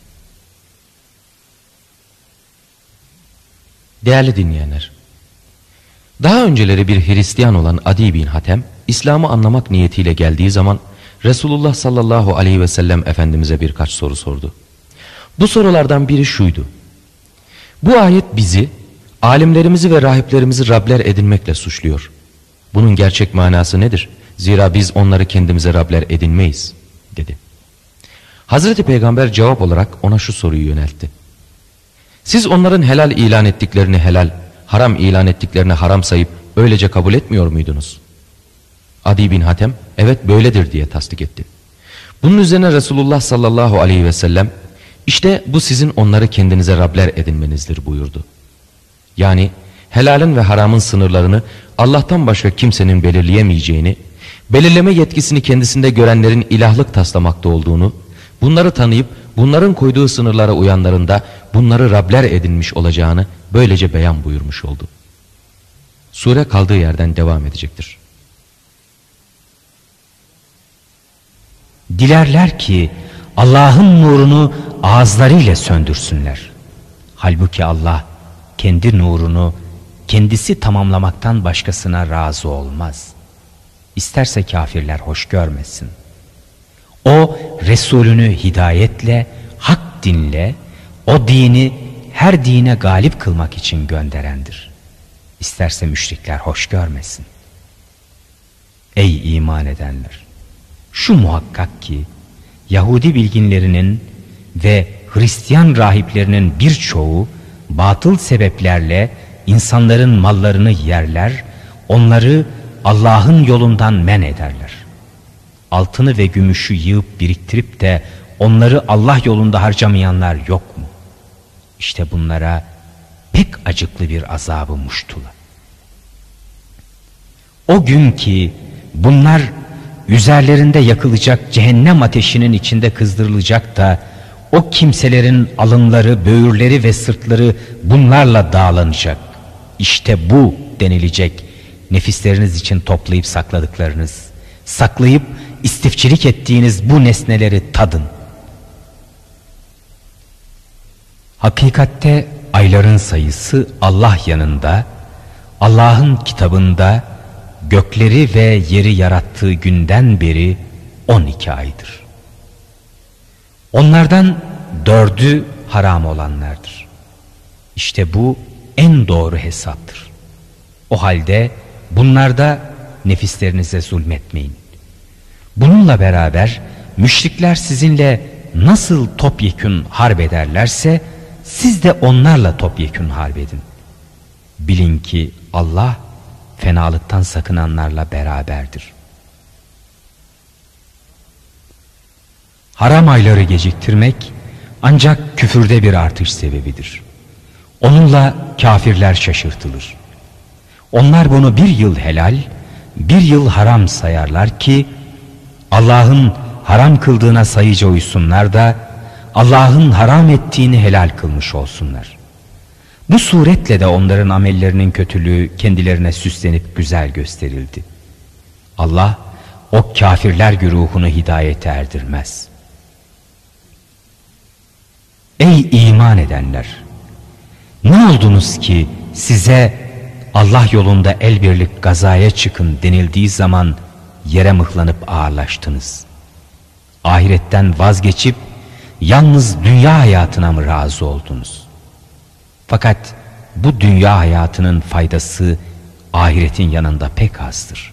Değerli dinleyenler, daha önceleri bir Hristiyan olan Adi bin Hatem, İslam'ı anlamak niyetiyle geldiği zaman Resulullah sallallahu aleyhi ve sellem Efendimiz'e birkaç soru sordu. Bu sorulardan biri şuydu: bu ayet bizi, alimlerimizi ve rahiplerimizi Rabler edinmekle suçluyor. Bunun gerçek manası nedir? Zira biz onları kendimize Rabler edinmeyiz, dedi. Hazreti Peygamber cevap olarak ona şu soruyu yöneltti: siz onların helal ilan ettiklerini helal, haram ilan ettiklerini haram sayıp öylece kabul etmiyor muydunuz? Adi bin Hatem, evet böyledir diye tasdik etti. Bunun üzerine Resulullah sallallahu aleyhi ve sellem, işte bu sizin onları kendinize Rabler edinmenizdir buyurdu. Yani helalin ve haramın sınırlarını Allah'tan başka kimsenin belirleyemeyeceğini, belirleme yetkisini kendisinde görenlerin ilahlık taslamakta olduğunu, bunları tanıyıp bunların koyduğu sınırlara uyanların da bunları Rabler edinmiş olacağını böylece beyan buyurmuş oldu. Sure kaldığı yerden devam edecektir. Dilerler ki Allah'ın nurunu ağızlarıyla söndürsünler. Halbuki Allah kendi nurunu kendisi tamamlamaktan başkasına razı olmaz. İsterse kafirler hoş görmesin. O Resulünü hidayetle, hak dinle, o dini her dine galip kılmak için gönderendir. İsterse müşrikler hoş görmesin. Ey iman edenler! Şu muhakkak ki Yahudi bilginlerinin ve Hristiyan rahiplerinin birçoğu batıl sebeplerle insanların mallarını yerler, onları Allah'ın yolundan men ederler. Altını ve gümüşü yığıp biriktirip de onları Allah yolunda harcamayanlar yok mu? İşte bunlara pek acıklı bir azabı muştula. O gün ki bunlar üzerlerinde yakılacak cehennem ateşinin içinde kızdırılacak da o kimselerin alınları, böğürleri ve sırtları bunlarla dağlanacak. İşte bu denilecek nefisleriniz için toplayıp sakladıklarınız, saklayıp istifçilik ettiğiniz bu nesneleri tadın. Hakikatte ayların sayısı Allah yanında, Allah'ın kitabında gökleri ve yeri yarattığı günden beri on iki aydır. Onlardan dördü haram olanlardır. İşte bu en doğru hesaptır. O halde bunlarda nefislerinize zulmetmeyin. Bununla beraber müşrikler sizinle nasıl topyekün harp ederlerse siz de onlarla topyekün harp edin. Bilin ki Allah fenalıktan sakınanlarla beraberdir. Haram ayları geciktirmek ancak küfürde bir artış sebebidir. Onunla kafirler şaşırtılır. Onlar bunu bir yıl helal, bir yıl haram sayarlar ki Allah'ın haram kıldığına sayıca uysunlar da Allah'ın haram ettiğini helal kılmış olsunlar. Bu suretle de onların amellerinin kötülüğü kendilerine süslenip güzel gösterildi. Allah o kafirler güruhunu hidayete erdirmez. Ey iman edenler! Ne oldunuz ki size Allah yolunda el birlik gazaya çıkın denildiği zaman yere mıhlanıp ağırlaştınız? Ahiretten vazgeçip yalnız dünya hayatına mı razı oldunuz? Fakat bu dünya hayatının faydası ahiretin yanında pek azdır.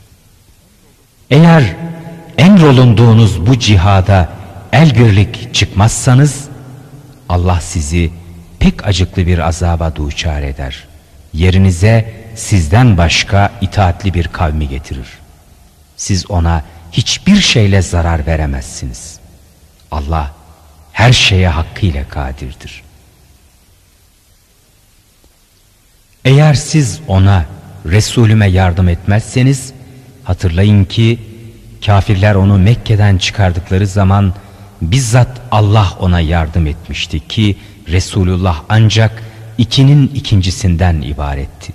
Eğer emrolunduğunuz bu cihada el birlik çıkmazsanız Allah sizi pek acıklı bir azaba duçar eder. Yerinize sizden başka itaatli bir kavmi getirir. Siz ona hiçbir şeyle zarar veremezsiniz. Allah her şeye hakkıyla kadirdir. Eğer siz ona, Resulüme yardım etmezseniz hatırlayın ki kafirler onu Mekke'den çıkardıkları zaman bizzat Allah ona yardım etmişti ki Resulullah ancak ikinin ikincisinden ibaretti.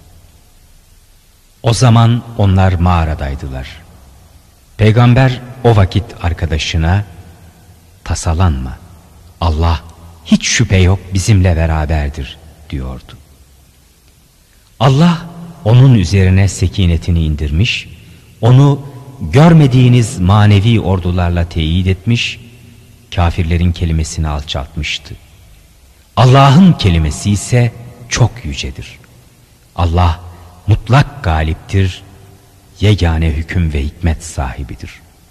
O zaman onlar mağaradaydılar. Peygamber o vakit arkadaşına tasalanma, Allah hiç şüphe yok bizimle beraberdir diyordu. Allah onun üzerine sekinetini indirmiş, onu görmediğiniz manevi ordularla teyit etmiş, kafirlerin kelimesini alçaltmıştı. Allah'ın kelimesi ise çok yücedir. Allah mutlak galiptir, yegane hüküm ve hikmet sahibidir.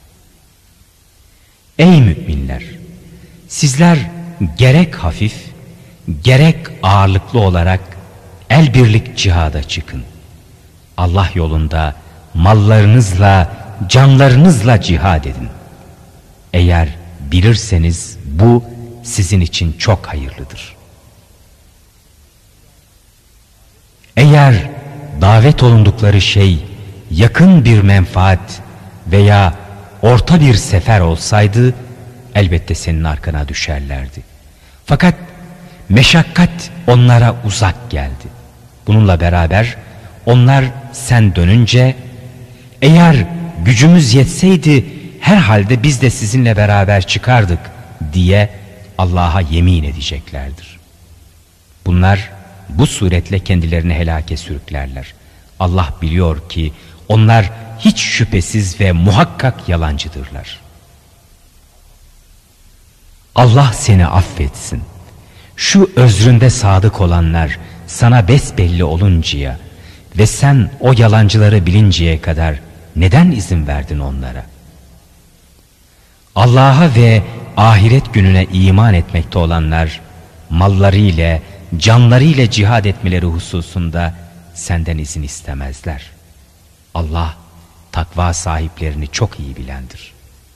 Ey müminler! Sizler gerek hafif, gerek ağırlıklı olarak el birlik cihada çıkın. Allah yolunda mallarınızla, canlarınızla cihad edin. Eğer bilirseniz bu sizin için çok hayırlıdır. Eğer davet olundukları şey yakın bir menfaat veya orta bir sefer olsaydı elbette senin arkana düşerlerdi. Fakat meşakkat onlara uzak geldi. Bununla beraber onlar sen dönünce eğer gücümüz yetseydi herhalde biz de sizinle beraber çıkardık diye Allah'a yemin edeceklerdir. Bunlar bu suretle kendilerini helake sürüklerler. Allah biliyor ki onlar hiç şüphesiz ve muhakkak yalancıdırlar. Allah seni affetsin. Şu özründe sadık olanlar sana besbelli oluncaya ve sen o yalancıları bilinceye kadar neden izin verdin onlara? Allah'a ve ahiret gününe iman etmekte olanlar mallarıyla, canlarıyla cihad etmeleri hususunda senden izin istemezler. Allah takva sahiplerini çok iyi bilendir.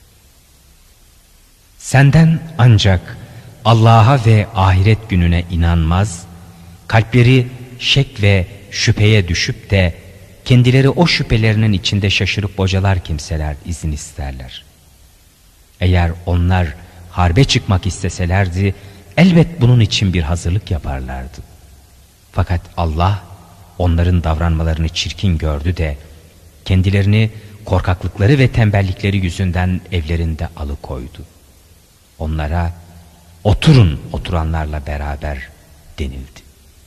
Senden ancak Allah'a ve ahiret gününe inanmaz, kalpleri şek ve şüpheye düşüp de kendileri o şüphelerinin içinde şaşırıp bocalar kimseler izin isterler. Eğer onlar harbe çıkmak isteselerdi elbet bunun için bir hazırlık yaparlardı. Fakat Allah onların davranmalarını çirkin gördü de kendilerini korkaklıkları ve tembellikleri yüzünden evlerinde alıkoydu. Onlara oturun oturanlarla beraber denildi.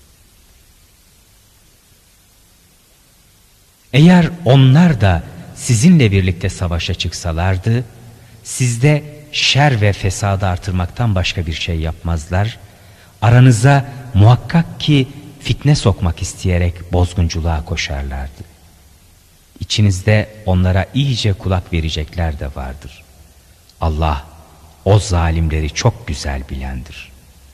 Eğer onlar da sizinle birlikte savaşa çıksalardı sizde şer ve fesadı artırmaktan başka bir şey yapmazlar. Aranıza muhakkak ki fitne sokmak isteyerek bozgunculuğa koşarlardı. İçinizde onlara iyice kulak verecekler de vardır. Allah o zalimleri çok güzel bilendir.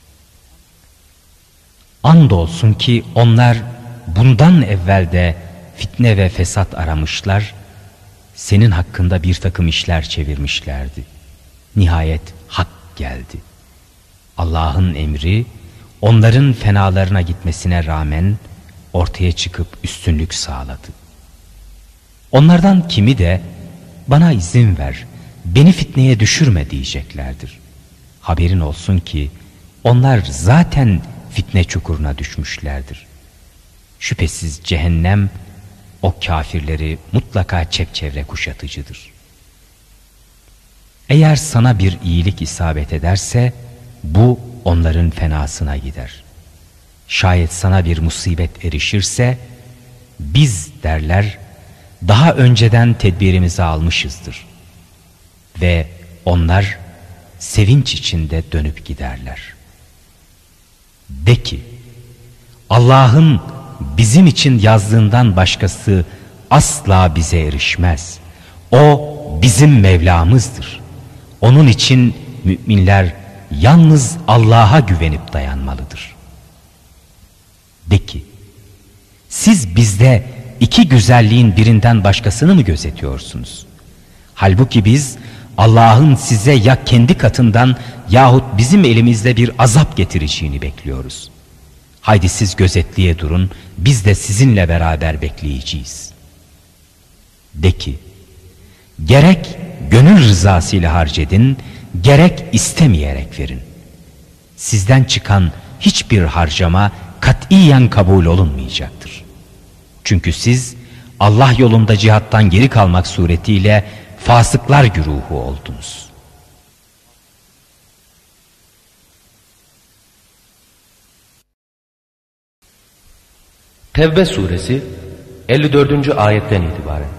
Andolsun ki onlar bundan evvel de fitne ve fesat aramışlar, senin hakkında bir takım işler çevirmişlerdi. Nihayet hak geldi. Allah'ın emri onların fenalarına gitmesine rağmen ortaya çıkıp üstünlük sağladı. Onlardan kimi de bana izin ver, beni fitneye düşürme diyeceklerdir. Haberin olsun ki onlar zaten fitne çukuruna düşmüşlerdir. Şüphesiz cehennem o kafirleri mutlaka çepçevre kuşatıcıdır. Eğer sana bir iyilik isabet ederse bu onların fenasına gider. Şayet sana bir musibet erişirse biz derler daha önceden tedbirimizi almışızdır. Ve onlar sevinç içinde dönüp giderler. De ki Allah'ın bizim için yazdığından başkası asla bize erişmez. O bizim Mevlamızdır. Onun için müminler yalnız Allah'a güvenip dayanmalıdır. De ki siz bizde iki güzelliğin birinden başkasını mı gözetiyorsunuz? Halbuki biz Allah'ın size ya kendi katından yahut bizim elimizde bir azap getireceğini bekliyoruz. Haydi siz gözetliğe durun, biz de sizinle beraber bekleyeceğiz. De ki gerek gönül rızasıyla harcedin, gerek istemeyerek verin. Sizden çıkan hiçbir harcama katiyen kabul olunmayacaktır. Çünkü siz Allah yolunda cihattan geri kalmak suretiyle fasıklar güruhu oldunuz. Tevbe suresi elli dördüncü ayetten itibaren.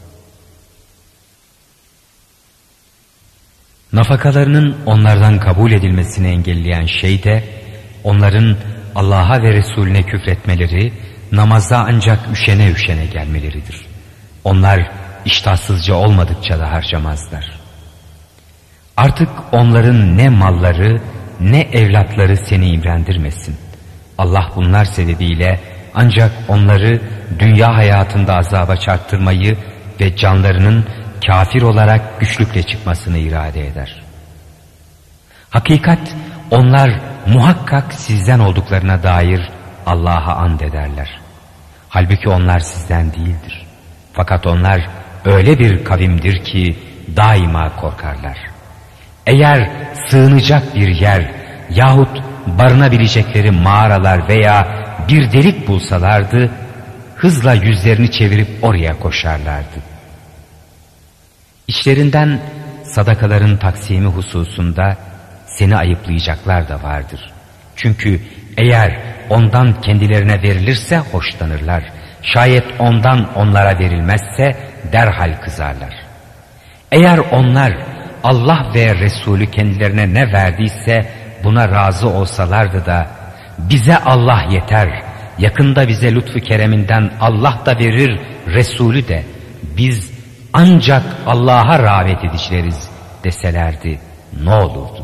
Nafakalarının onlardan kabul edilmesini engelleyen şey de onların Allah'a ve Resulüne küfretmeleri, namaza ancak üşene üşene gelmeleridir. Onlar iştahsızca olmadıkça da harcamazlar. Artık onların ne malları ne evlatları seni imrendirmesin. Allah bunlar sebebiyle ancak onları dünya hayatında azaba çarptırmayı ve canlarının kafir olarak güçlükle çıkmasını irade eder. Hakikat onlar muhakkak sizden olduklarına dair Allah'a and ederler. Halbuki onlar sizden değildir. Fakat onlar öyle bir kavimdir ki daima korkarlar. Eğer sığınacak bir yer yahut barınabilecekleri mağaralar veya bir delik bulsalardı hızla yüzlerini çevirip oraya koşarlardı. İçlerinden sadakaların taksimi hususunda seni ayıplayacaklar da vardır. Çünkü eğer ondan kendilerine verilirse hoşlanırlar. Şayet ondan onlara verilmezse derhal kızarlar. Eğer onlar Allah ve Resulü kendilerine ne verdiyse buna razı olsalardı da bize Allah yeter, yakında bize lütfu kereminden Allah da verir, Resulü de, biz ancak Allah'a rağbet edicileriz deselerdi ne olurdu?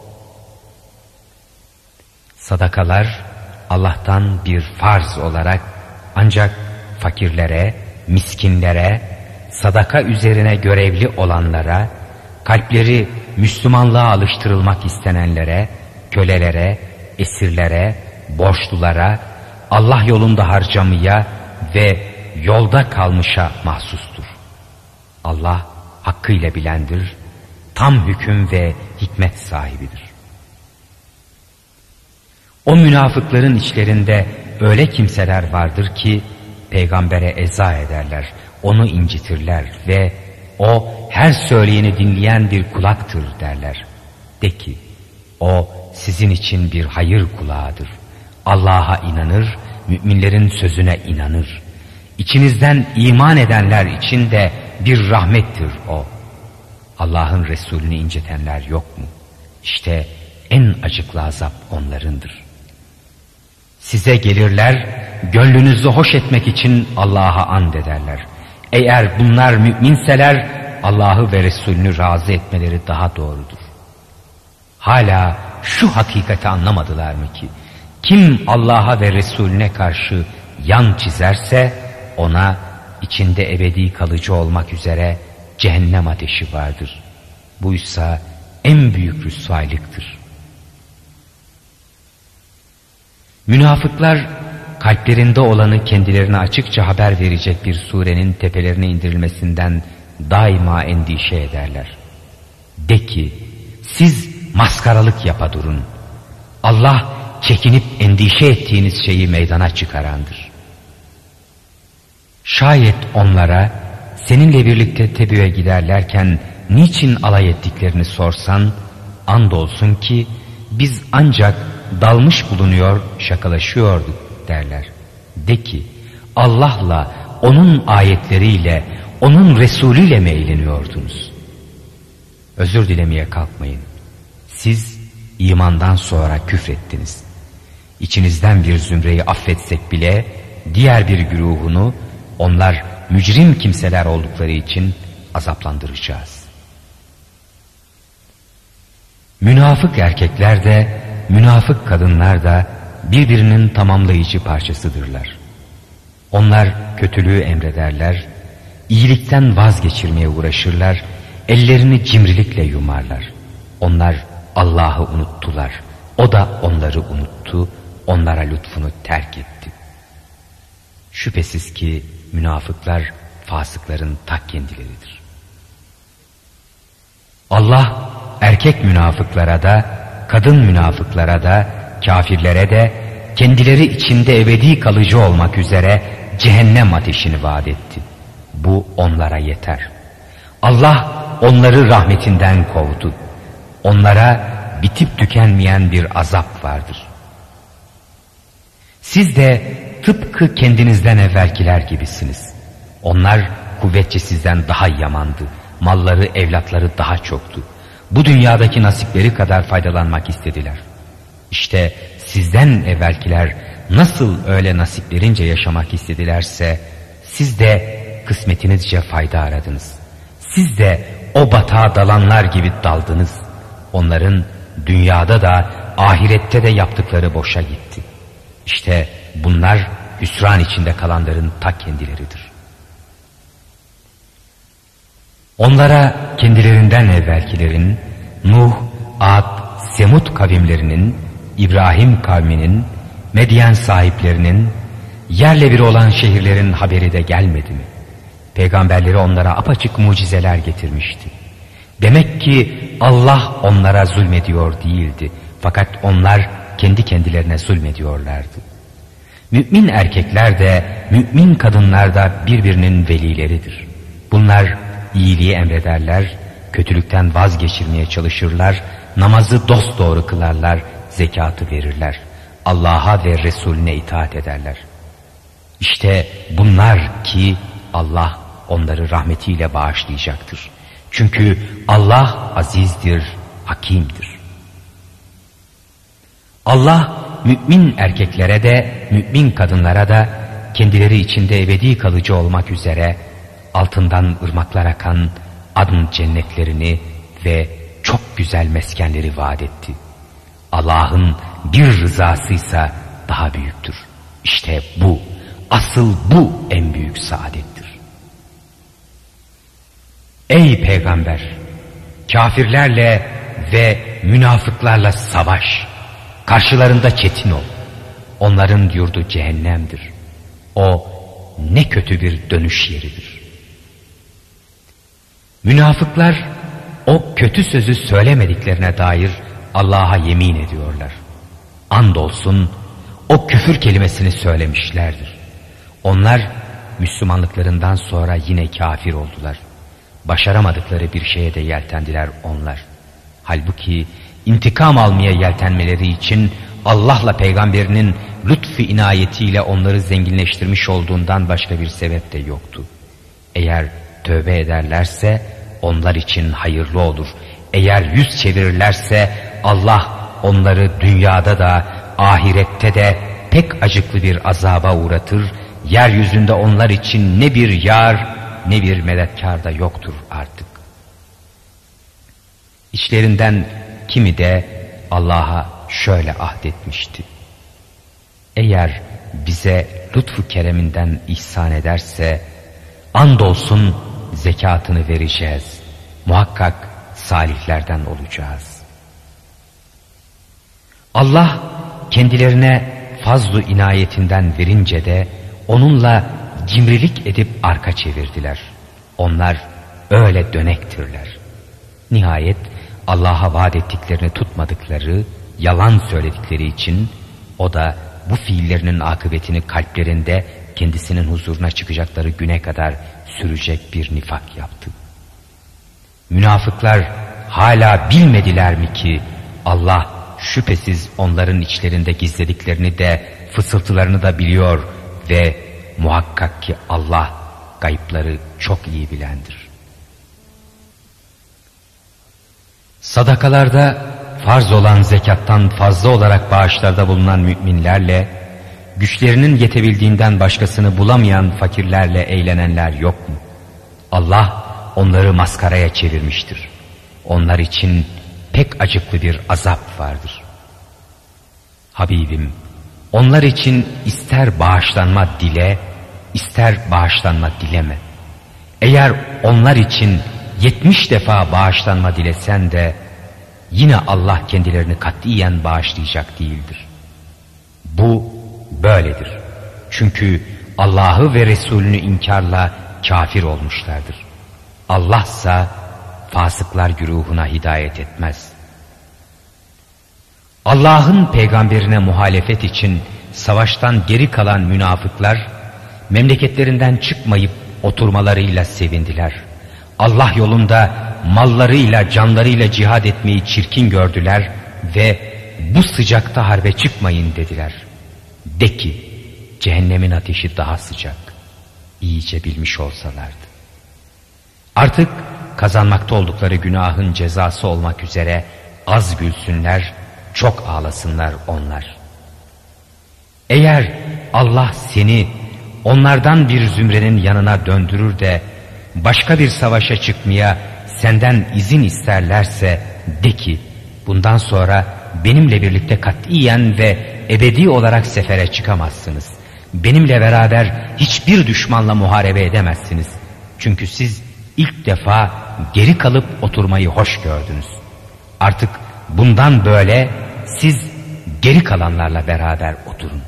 Sadakalar Allah'tan bir farz olarak ancak fakirlere, miskinlere, sadaka üzerine görevli olanlara, kalpleri Müslümanlığa alıştırılmak istenenlere, kölelere, esirlere, borçlulara, Allah yolunda harcamaya ve yolda kalmışa mahsustur. Allah hakkıyla bilendir, tam hüküm ve hikmet sahibidir. O münafıkların içlerinde öyle kimseler vardır ki peygambere eza ederler, onu incitirler ve o her söyleyeni dinleyen bir kulaktır derler. De ki o sizin için bir hayır kulağıdır. Allah'a inanır, müminlerin sözüne inanır. İçinizden iman edenler için de bir rahmettir o. Allah'ın Resulünü incitenler yok mu? İşte en acıklı azap onlarındır. Size gelirler, gönlünüzü hoş etmek için Allah'a and ederler. Eğer bunlar müminseler Allah'ı ve Resulünü razı etmeleri daha doğrudur. Hala şu hakikati anlamadılar mı ki kim Allah'a ve Resulüne karşı yan çizerse ona içinde ebedi kalıcı olmak üzere cehennem ateşi vardır. Buysa en büyük rüsvaylıktır. Münafıklar kalplerinde olanı kendilerine açıkça haber verecek bir surenin tepelerine indirilmesinden daima endişe ederler. De ki, siz maskaralık yapa durun. Allah çekinip endişe ettiğiniz şeyi meydana çıkarandır. Şayet onlara seninle birlikte Tebü'ye giderlerken niçin alay ettiklerini sorsan, andolsun ki biz ancak dalmış bulunuyor, şakalaşıyorduk derler. De ki, Allah'la, onun ayetleriyle, onun Resulüyle mi eğleniyordunuz? Özür dilemeye kalkmayın. Siz imandan sonra küfrettiniz. İçinizden bir zümreyi affetsek bile diğer bir güruhunu, onlar mücrim kimseler oldukları için azaplandıracağız. Münafık erkekler de münafık kadınlar da birbirinin tamamlayıcı parçasıdırlar. Onlar kötülüğü emrederler, iyilikten vazgeçirmeye uğraşırlar, ellerini cimrilikle yumarlar. Onlar Allah'ı unuttular, o da onları unuttu, onlara lütfunu terk etti. Şüphesiz ki münafıklar fasıkların ta kendileridir. Allah erkek münafıklara da, kadın münafıklara da, kafirlere de kendileri içinde ebedi kalıcı olmak üzere cehennem ateşini vaat etti. Bu onlara yeter. Allah onları rahmetinden kovdu. Onlara bitip tükenmeyen bir azap vardır. Siz de tıpkı kendinizden evvelkiler gibisiniz. Onlar kuvvetçe sizden daha yamandı. Malları, evlatları daha çoktu. Bu dünyadaki nasipleri kadar faydalanmak istediler. İşte sizden evvelkiler nasıl öyle nasiplerince yaşamak istedilerse, siz de kısmetinizce fayda aradınız. Siz de o batağa dalanlar gibi daldınız. Onların dünyada da ahirette de yaptıkları boşa gitti. İşte bunlar hüsran içinde kalanların ta kendileridir. Onlara kendilerinden evvelkilerin, Nuh, Ad, Semud kavimlerinin, İbrahim kavminin, Medyen sahiplerinin, yerle bir olan şehirlerin haberi de gelmedi mi? Peygamberleri onlara apaçık mucizeler getirmişti. Demek ki Allah onlara zulmediyor değildi. Fakat onlar kendi kendilerine zulmediyorlardı. Mümin erkekler de, mümin kadınlar da birbirinin velileridir. Bunlar iyiliği emrederler, kötülükten vazgeçirmeye çalışırlar, namazı dosdoğru kılarlar, zekatı verirler. Allah'a ve Resulüne itaat ederler. İşte bunlar ki Allah onları rahmetiyle bağışlayacaktır. Çünkü Allah azizdir, hakimdir. Allah mümin erkeklere de mümin kadınlara da kendileri içinde ebedi kalıcı olmak üzere altından ırmaklar akan adın cennetlerini ve çok güzel meskenleri vaat etti. Allah'ın bir rızasıysa daha büyüktür. İşte bu, asıl bu en büyük saadettir. Ey peygamber! Kafirlerle ve münafıklarla savaş. Karşılarında çetin ol. Onların yurdu cehennemdir. O ne kötü bir dönüş yeridir. Münafıklar o kötü sözü söylemediklerine dair Allah'a yemin ediyorlar. Andolsun o küfür kelimesini söylemişlerdir. Onlar Müslümanlıklarından sonra yine kafir oldular. Başaramadıkları bir şeye de yeltendiler onlar. Halbuki intikam almaya yeltenmeleri için Allah'la peygamberinin lütfu inayetiyle onları zenginleştirmiş olduğundan başka bir sebep de yoktu. Eğer tövbe ederlerse onlar için hayırlı olur. Eğer yüz çevirirlerse Allah onları dünyada da ahirette de pek acıklı bir azaba uğratır. Yeryüzünde onlar için ne bir yar ne bir medetkar da yoktur artık. İçlerinden kimi de Allah'a şöyle ahdetmişti. Eğer bize lütfu kereminden ihsan ederse andolsun zekatını vereceğiz. Muhakkak salihlerden olacağız. Allah kendilerine fazl-ı inayetinden verince de onunla cimrilik edip arka çevirdiler. Onlar öyle dönektirler. Nihayet Allah'a vaat ettiklerini tutmadıkları, yalan söyledikleri için o da bu fiillerinin akıbetini kalplerinde kendisinin huzuruna çıkacakları güne kadar sürecek bir nifak yaptı. Münafıklar hala bilmediler mi ki Allah şüphesiz onların içlerinde gizlediklerini de fısıltılarını da biliyor ve muhakkak ki Allah gayıpları çok iyi bilendir. Sadakalarda farz olan zekattan fazla olarak bağışlarda bulunan müminlerle, güçlerinin yetebildiğinden başkasını bulamayan fakirlerle eğlenenler yok mu? Allah onları maskaraya çevirmiştir. Onlar için pek acıklı bir azap vardır. Habibim, onlar için ister bağışlanma dile, ister bağışlanma dileme. Eğer onlar için yetmiş defa bağışlanma dilesen de yine Allah kendilerini katiyen bağışlayacak değildir. Bu böyledir. Çünkü Allah'ı ve Resulünü inkarla kafir olmuşlardır. Allah'sa fasıklar güruhuna hidayet etmez. Allah'ın peygamberine muhalefet için savaştan geri kalan münafıklar memleketlerinden çıkmayıp oturmalarıyla sevindiler. Allah yolunda mallarıyla canlarıyla cihad etmeyi çirkin gördüler ve bu sıcakta harbe çıkmayın dediler. De ki cehennemin ateşi daha sıcak, iyice bilmiş olsalardı. Artık kazanmakta oldukları günahın cezası olmak üzere az gülsünler, çok ağlasınlar onlar. Eğer Allah seni onlardan bir zümrenin yanına döndürür de başka bir savaşa çıkmaya senden izin isterlerse de ki bundan sonra benimle birlikte katiyen ve ebedi olarak sefere çıkamazsınız. Benimle beraber hiçbir düşmanla muharebe edemezsiniz. Çünkü siz ilk defa geri kalıp oturmayı hoş gördünüz. Artık bundan böyle siz geri kalanlarla beraber oturun.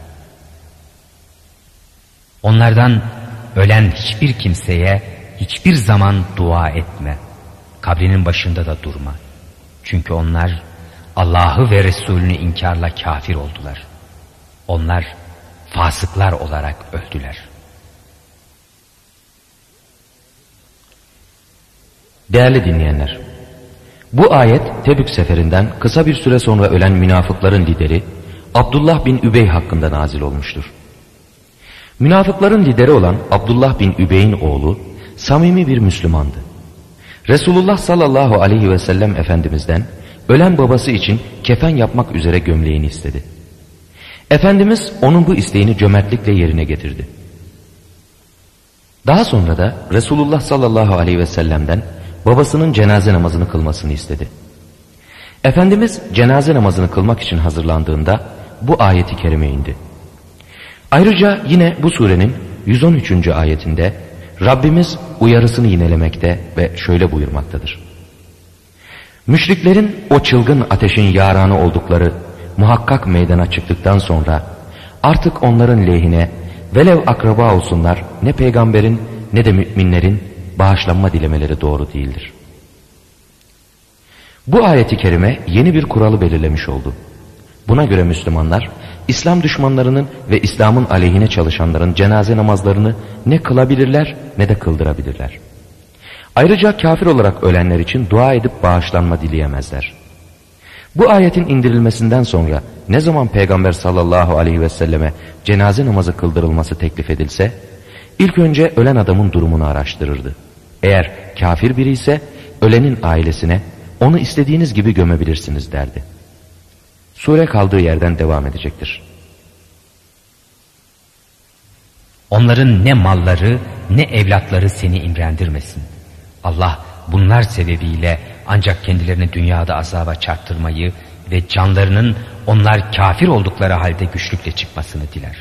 Onlardan ölen hiçbir kimseye hiçbir zaman dua etme. Kabrinin başında da durma. Çünkü onlar Allah'ı ve Resulünü inkarla kafir oldular. Onlar fasıklar olarak öldüler. Değerli dinleyenler, bu ayet Tebük seferinden kısa bir süre sonra ölen münafıkların lideri Abdullah bin Übey hakkında nazil olmuştur. Münafıkların lideri olan Abdullah bin Übey'in oğlu samimi bir Müslümandı. Resulullah sallallahu aleyhi ve sellem Efendimiz'den ölen babası için kefen yapmak üzere gömleğini istedi. Efendimiz onun bu isteğini cömertlikle yerine getirdi. Daha sonra da Resulullah sallallahu aleyhi ve sellem'den babasının cenaze namazını kılmasını istedi. Efendimiz cenaze namazını kılmak için hazırlandığında bu ayeti kerime indi. Ayrıca yine bu surenin yüz on üçüncü ayetinde Rabbimiz uyarısını yinelemekte ve şöyle buyurmaktadır. Müşriklerin o çılgın ateşin yaranı oldukları muhakkak meydana çıktıktan sonra artık onların lehine velev akraba olsunlar ne peygamberin ne de müminlerin bağışlanma dilemeleri doğru değildir. Bu ayeti kerime yeni bir kuralı belirlemiş oldu. Buna göre Müslümanlar İslam düşmanlarının ve İslam'ın aleyhine çalışanların cenaze namazlarını ne kılabilirler ne de kıldırabilirler. Ayrıca kafir olarak ölenler için dua edip bağışlanma dileyemezler. Bu ayetin indirilmesinden sonra ne zaman Peygamber sallallahu aleyhi ve selleme cenaze namazı kıldırılması teklif edilse ilk önce ölen adamın durumunu araştırırdı. Eğer kafir biri ise ölenin ailesine onu istediğiniz gibi gömebilirsiniz derdi. Sure kaldığı yerden devam edecektir. Onların ne malları ne evlatları seni imrendirmesin. Allah bunlar sebebiyle ancak kendilerini dünyada azaba çarptırmayı ve canlarının onlar kafir oldukları halde güçlükle çıkmasını diler.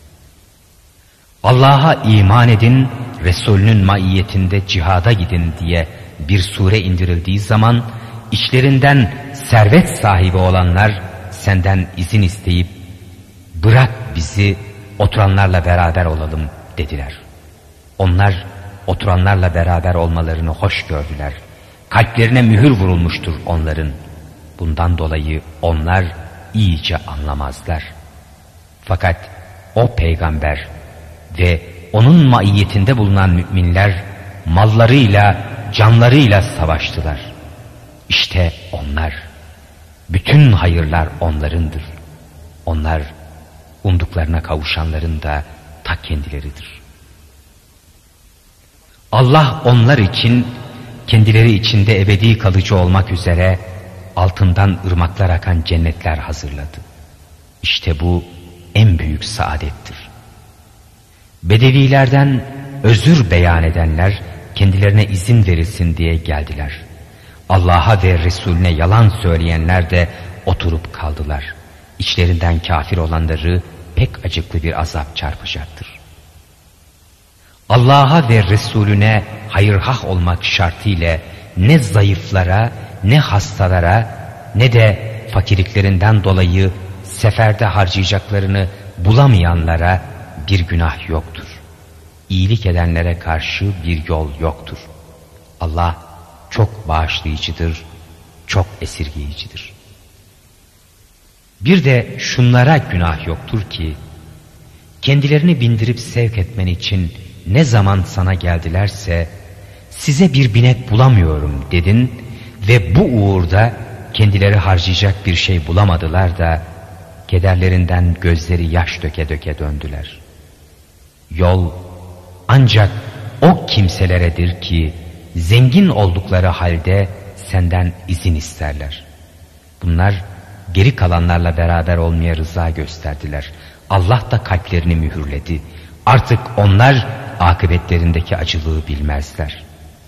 Allah'a iman edin, Resulünün maiyetinde cihada gidin diye bir sure indirildiği zaman içlerinden servet sahibi olanlar senden izin isteyip bırak bizi oturanlarla beraber olalım dediler. Onlar oturanlarla beraber olmalarını hoş gördüler. Kalplerine mühür vurulmuştur onların. Bundan dolayı onlar iyice anlamazlar. Fakat o peygamber ve onun maiyetinde bulunan müminler mallarıyla, canlarıyla savaştılar. İşte onlar, bütün hayırlar onlarındır. Onlar umduklarına kavuşanların da ta kendileridir. Allah onlar için kendileri içinde ebedi kalıcı olmak üzere altından ırmaklar akan cennetler hazırladı. İşte bu en büyük saadettir. Bedevilerden özür beyan edenler kendilerine izin verilsin diye geldiler. Allah'a ve Resulüne yalan söyleyenler de oturup kaldılar. İçlerinden kafir olanları pek acıklı bir azap çarpacaktır. Allah'a ve Resulüne hayırhah olmak şartıyla ne zayıflara, ne hastalara, ne de fakirliklerinden dolayı seferde harcayacaklarını bulamayanlara bir günah yoktur. İyilik edenlere karşı bir yol yoktur. Allah çok bağışlayıcıdır, çok esirgeyicidir. Bir de şunlara günah yoktur ki, kendilerini bindirip sevk etmen için ne zaman sana geldilerse, size bir binek bulamıyorum dedin ve bu uğurda kendileri harcayacak bir şey bulamadılar da, kederlerinden gözleri yaş döke döke döndüler. Yol ancak o kimseleredir ki, zengin oldukları halde senden izin isterler. Bunlar geri kalanlarla beraber olmaya rıza gösterdiler. Allah da kalplerini mühürledi. Artık onlar akıbetlerindeki acılığı bilmezler.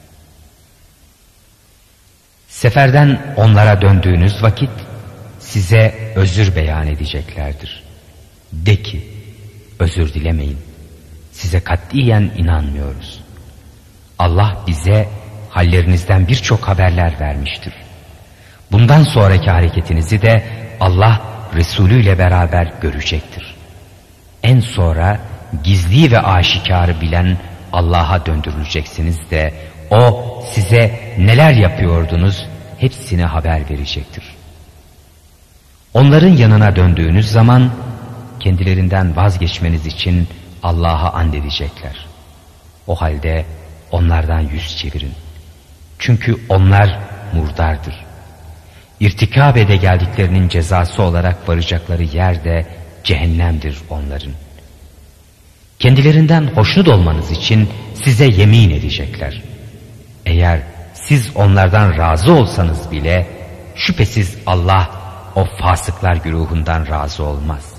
Seferden onlara döndüğünüz vakit size özür beyan edeceklerdir. De ki, özür dilemeyin. Size katiyen inanmıyoruz. Allah bize hallerinizden birçok haberler vermiştir. Bundan sonraki hareketinizi de Allah Resulü ile beraber görecektir. En sonra gizli ve aşikarı bilen Allah'a döndürüleceksiniz de o size neler yapıyordunuz hepsine haber verecektir. Onların yanına döndüğünüz zaman kendilerinden vazgeçmeniz için Allah'a and edecekler. O halde onlardan yüz çevirin. Çünkü onlar murdardır. İrtikab ede geldiklerinin cezası olarak varacakları yer de cehennemdir onların. Kendilerinden hoşnut olmanız için size yemin edecekler. Eğer siz onlardan razı olsanız bile şüphesiz Allah o fasıklar güruhundan razı olmaz.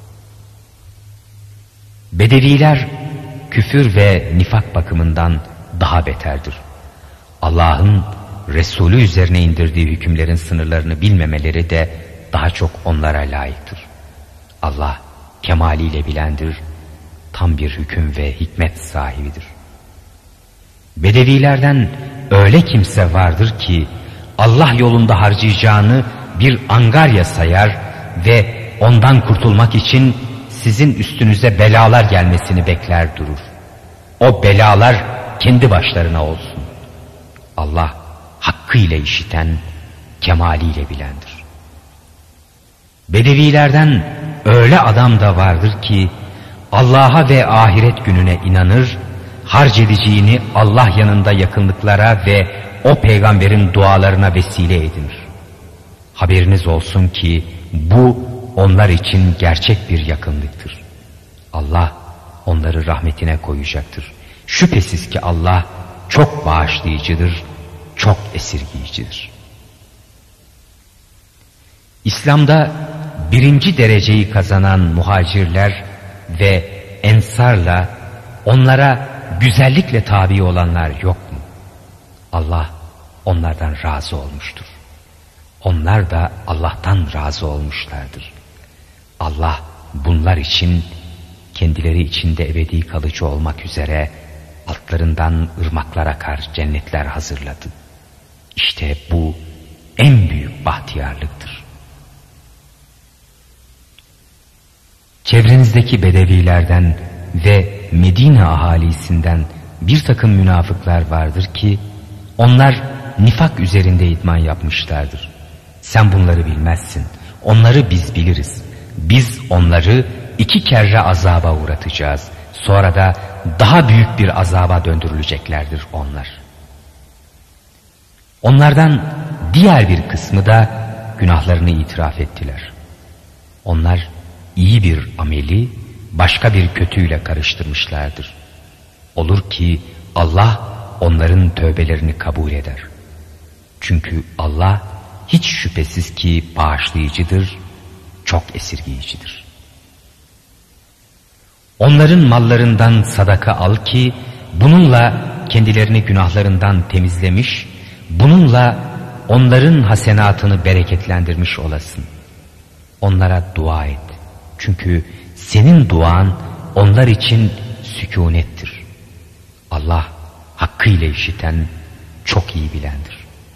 Bedeviler küfür ve nifak bakımından daha beterdir. Allah'ın Resulü üzerine indirdiği hükümlerin sınırlarını bilmemeleri de daha çok onlara layıktır. Allah kemaliyle bilendir, tam bir hüküm ve hikmet sahibidir. Bedevilerden öyle kimse vardır ki Allah yolunda harcayacağını bir angarya sayar ve ondan kurtulmak için sizin üstünüze belalar gelmesini bekler durur. O belalar kendi başlarına olsun. Allah hakkıyla işiten, kemaliyle bilendir. Bedevilerden öyle adam da vardır ki Allah'a ve ahiret gününe inanır, harc edeceğini Allah yanında yakınlıklara ve o peygamberin dualarına vesile edinir. Haberiniz olsun ki bu onlar için gerçek bir yakınlıktır. Allah onları rahmetine koyacaktır. Şüphesiz ki Allah çok bağışlayıcıdır, çok esirgeyicidir. İslam'da birinci dereceyi kazanan muhacirler ve ensarla onlara güzellikle tabi olanlar yok mu? Allah onlardan razı olmuştur. Onlar da Allah'tan razı olmuşlardır. Allah bunlar için kendileri içinde ebedi kalıcı olmak üzere altlarından ırmaklar akar cennetler hazırladı. İşte bu en büyük bahtiyarlıktır. Çevrenizdeki bedevilerden ve Medine ahalisinden bir takım münafıklar vardır ki onlar nifak üzerinde idman yapmışlardır. Sen bunları bilmezsin. Onları biz biliriz. Biz onları iki kere azaba uğratacağız. Sonra da daha büyük bir azaba döndürüleceklerdir onlar. Onlardan diğer bir kısmı da günahlarını itiraf ettiler. Onlar iyi bir ameli başka bir kötüyle karıştırmışlardır. Olur ki Allah onların tövbelerini kabul eder. Çünkü Allah hiç şüphesiz ki bağışlayıcıdır, çok esirgeyicidir. Onların mallarından sadaka al ki bununla kendilerini günahlarından temizlemiş, bununla onların hasenatını bereketlendirmiş olasın. Onlara dua et. Çünkü senin duan onlar için sükunettir. Allah hakkıyla işiten, çok iyi bilendir.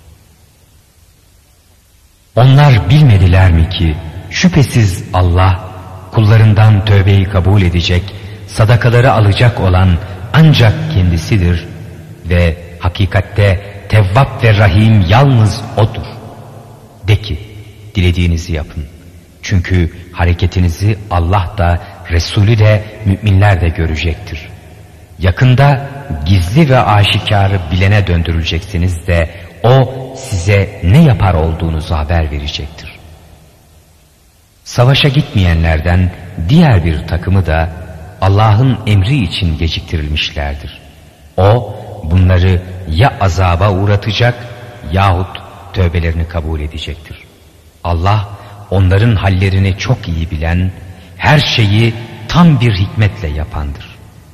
Onlar bilmediler mi ki şüphesiz Allah kullarından tövbeyi kabul edecek, sadakaları alacak olan ancak kendisidir ve hakikatte Tevvap ve Rahim yalnız O'dur. De ki, dilediğinizi yapın. Çünkü hareketinizi Allah da, Resulü de, müminler de görecektir. Yakında gizli ve aşikarı bilene döndürüleceksiniz de O size ne yapar olduğunuzu haber verecektir. Savaşa gitmeyenlerden diğer bir takımı da Allah'ın emri için geciktirilmişlerdir. O bunları ya azaba uğratacak yahut tövbelerini kabul edecektir. Allah onların hallerini çok iyi bilen, her şeyi tam bir hikmetle yapandır.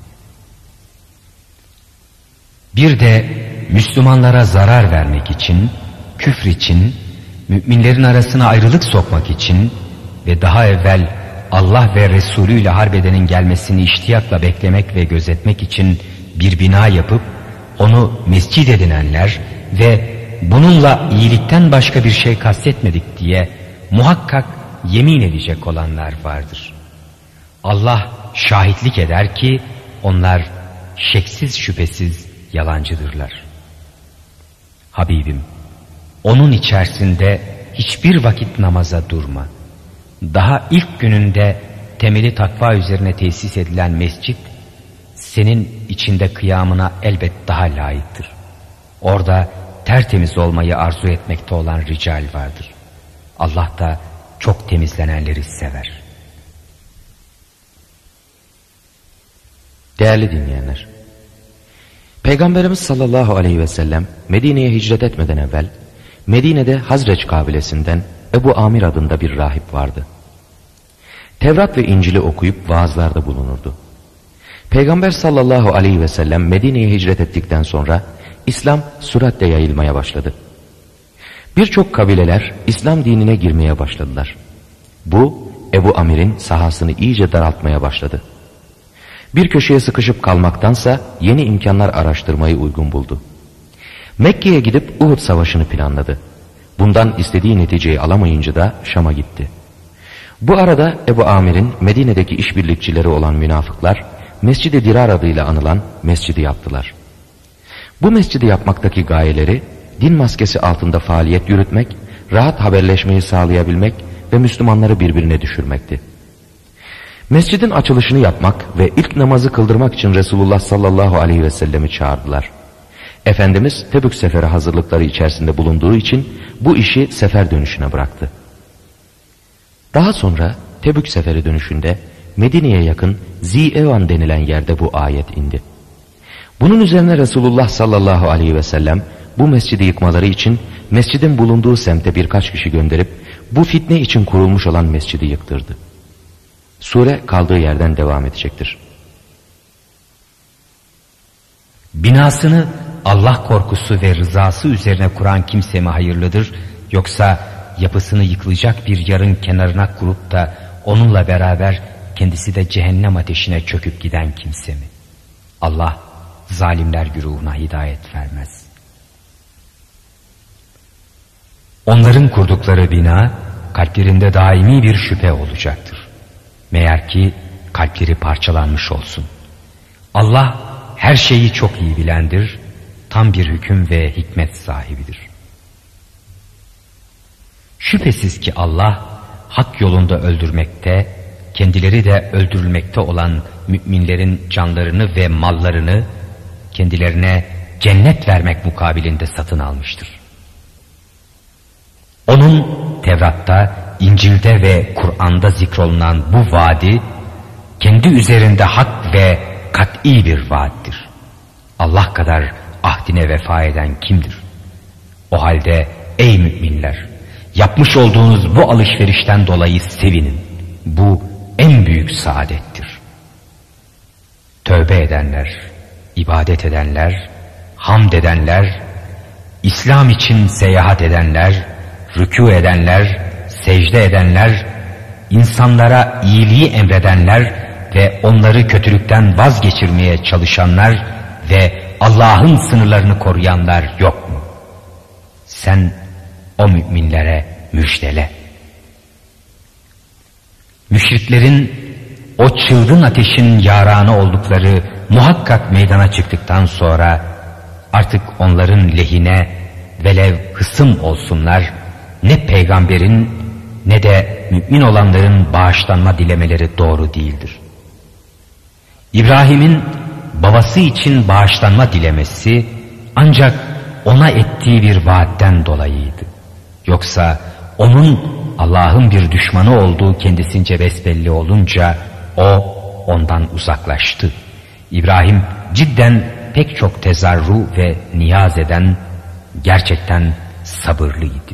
Bir de Müslümanlara zarar vermek için, küfür için, müminlerin arasına ayrılık sokmak için ve daha evvel Allah ve Resulü ile harbedenin gelmesini iştiyakla beklemek ve gözetmek için bir bina yapıp onu mescid edinenler ve bununla iyilikten başka bir şey kastetmedik diye muhakkak yemin edecek olanlar vardır. Allah şahitlik eder ki onlar şeksiz şüphesiz yalancıdırlar. Habibim, onun içerisinde hiçbir vakit namaza durma. Daha ilk gününde temeli takva üzerine tesis edilen mescit, senin içinde kıyamına elbet daha layıktır. Orada tertemiz olmayı arzu etmekte olan rical vardır. Allah da çok temizlenenleri sever. Değerli dinleyenler, Peygamberimiz sallallahu aleyhi ve sellem Medine'ye hicret etmeden evvel Medine'de Hazreç kabilesinden Ebu Amir adında bir rahip vardı. Tevrat ve İncil'i okuyup vaazlarda bulunurdu. Peygamber sallallahu aleyhi ve sellem Medine'ye hicret ettikten sonra İslam süratle yayılmaya başladı. Birçok kabileler İslam dinine girmeye başladılar. Bu Ebu Amir'in sahasını iyice daraltmaya başladı. Bir köşeye sıkışıp kalmaktansa yeni imkanlar araştırmayı uygun buldu. Mekke'ye gidip Uhud Savaşı'nı planladı. Bundan istediği neticeyi alamayınca da Şam'a gitti. Bu arada Ebu Amir'in Medine'deki işbirlikçileri olan münafıklar Mescid-i Dirar adıyla anılan mescidi yaptılar. Bu mescidi yapmaktaki gayeleri din maskesi altında faaliyet yürütmek, rahat haberleşmeyi sağlayabilmek ve Müslümanları birbirine düşürmekti. Mescidin açılışını yapmak ve ilk namazı kıldırmak için Resulullah sallallahu aleyhi ve sellemi çağırdılar. Efendimiz Tebük seferi hazırlıkları içerisinde bulunduğu için bu işi sefer dönüşüne bıraktı. Daha sonra Tebük seferi dönüşünde Medine'ye yakın Zi-Evan denilen yerde bu ayet indi. Bunun üzerine Resulullah sallallahu aleyhi ve sellem bu mescidi yıkmaları için mescidin bulunduğu semte birkaç kişi gönderip bu fitne için kurulmuş olan mescidi yıktırdı. Sure kaldığı yerden devam edecektir. Binasını Allah korkusu ve rızası üzerine kuran kimse mi hayırlıdır, yoksa yapısını yıkılacak bir yarın kenarına kurup da onunla beraber kendisi de cehennem ateşine çöküp giden kimse mi? Allah zalimler güruhuna hidayet vermez. Onların kurdukları bina kalplerinde daimi bir şüphe olacaktır. Meğer ki kalpleri parçalanmış olsun. Allah her şeyi çok iyi bilendir, tam bir hüküm ve hikmet sahibidir. Şüphesiz ki Allah hak yolunda öldürmekte, kendileri de öldürülmekte olan müminlerin canlarını ve mallarını kendilerine cennet vermek mukabilinde satın almıştır. Onun Tevrat'ta, İncil'de ve Kur'an'da zikrolunan bu vaadi kendi üzerinde hak ve kat'i bir vaattir. Allah kadar ahdine vefa eden kimdir? O halde ey müminler, yapmış olduğunuz bu alışverişten dolayı sevinin. Bu en büyük saadettir. Tövbe edenler, ibadet edenler, hamd edenler, İslam için seyahat edenler, rükû edenler, secde edenler, insanlara iyiliği emredenler ve onları kötülükten vazgeçirmeye çalışanlar ve Allah'ın sınırlarını koruyanlar yok mu? Sen o müminlere müjdele. Müşriklerin o çılgın ateşin yaranı oldukları muhakkak meydana çıktıktan sonra artık onların lehine velev hısım olsunlar, ne peygamberin ne de mümin olanların bağışlanma dilemeleri doğru değildir. İbrahim'in babası için bağışlanma dilemesi ancak ona ettiği bir vaatten dolayıydı. Yoksa onun Allah'ın bir düşmanı olduğu kendisince besbelli olunca o ondan uzaklaştı. İbrahim cidden pek çok tezarru ve niyaz eden, gerçekten sabırlıydı.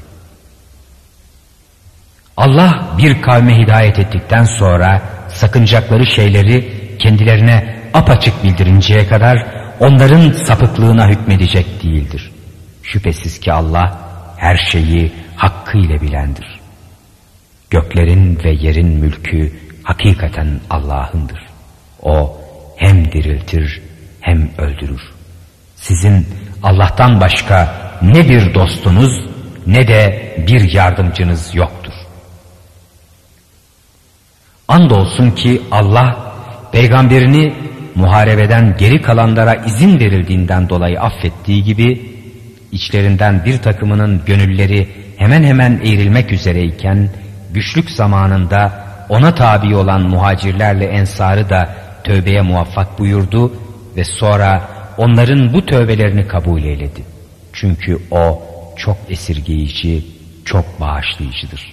Allah bir kavme hidayet ettikten sonra sakınacakları şeyleri kendilerine apaçık bildirinceye kadar onların sapıklığına hükmedecek değildir. Şüphesiz ki Allah her şeyi hakkıyla bilendir. Göklerin ve yerin mülkü hakikaten Allah'ındır. O hem diriltir hem öldürür. Sizin Allah'tan başka ne bir dostunuz ne de bir yardımcınız yoktur. Andolsun ki Allah peygamberini muharebeden geri kalanlara izin verildiğinden dolayı affettiği gibi içlerinden bir takımının gönülleri hemen hemen eğrilmek üzereyken güçlük zamanında ona tabi olan muhacirlerle ensarı da tövbeye muvaffak buyurdu ve sonra onların bu tövbelerini kabul eyledi. Çünkü o çok esirgeyici, çok bağışlayıcıdır.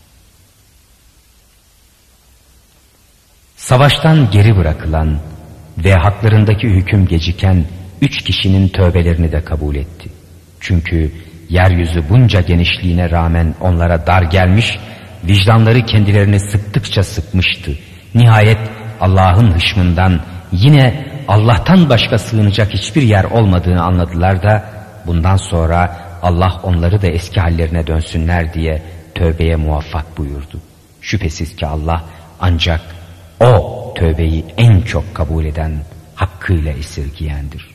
Savaştan geri bırakılan ve haklarındaki hüküm geciken üç kişinin tövbelerini de kabul etti. Çünkü yeryüzü bunca genişliğine rağmen onlara dar gelmiş, vicdanları kendilerini sıktıkça sıkmıştı. Nihayet Allah'ın hışmından yine Allah'tan başka sığınacak hiçbir yer olmadığını anladılar da bundan sonra Allah onları da eski hallerine dönsünler diye tövbeye muvaffak buyurdu. Şüphesiz ki Allah ancak o tövbeyi en çok kabul eden, hakkıyla esirgiyendir.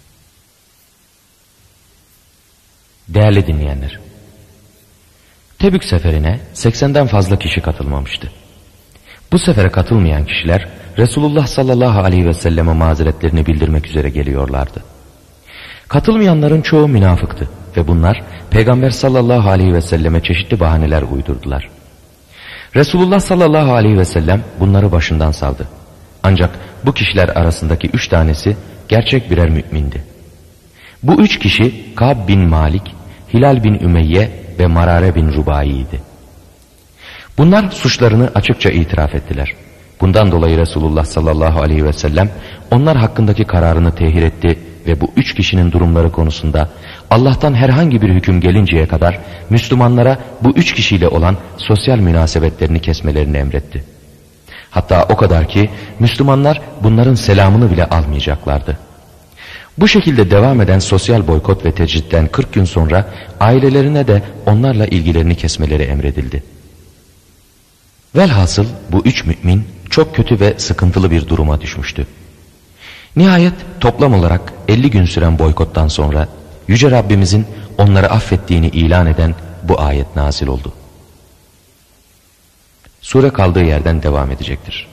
Değerli dinleyenler, Tebük seferine seksenden fazla kişi katılmamıştı. Bu sefere katılmayan kişiler Resulullah sallallahu aleyhi ve selleme mazeretlerini bildirmek üzere geliyorlardı. Katılmayanların çoğu münafıktı ve bunlar Peygamber sallallahu aleyhi ve selleme çeşitli bahaneler uydurdular. Resulullah sallallahu aleyhi ve sellem bunları başından savdı. Ancak bu kişiler arasındaki üç tanesi gerçek birer mümindi. Bu üç kişi Ka'b bin Malik, Hilal bin Ümeyye ve Marare bin Rubayi'ydi. Bunlar suçlarını açıkça itiraf ettiler. Bundan dolayı Resulullah sallallahu aleyhi ve sellem onlar hakkındaki kararını tehir etti ve bu üç kişinin durumları konusunda Allah'tan herhangi bir hüküm gelinceye kadar Müslümanlara bu üç kişiyle olan sosyal münasebetlerini kesmelerini emretti. Hatta o kadar ki Müslümanlar bunların selamını bile almayacaklardı. Bu şekilde devam eden sosyal boykot ve tecritten kırk gün sonra ailelerine de onlarla ilgilerini kesmeleri emredildi. Velhasıl bu üç mümin çok kötü ve sıkıntılı bir duruma düşmüştü. Nihayet toplam olarak elli gün süren boykottan sonra Yüce Rabbimizin onları affettiğini ilan eden bu ayet nazil oldu. Sure kaldığı yerden devam edecektir.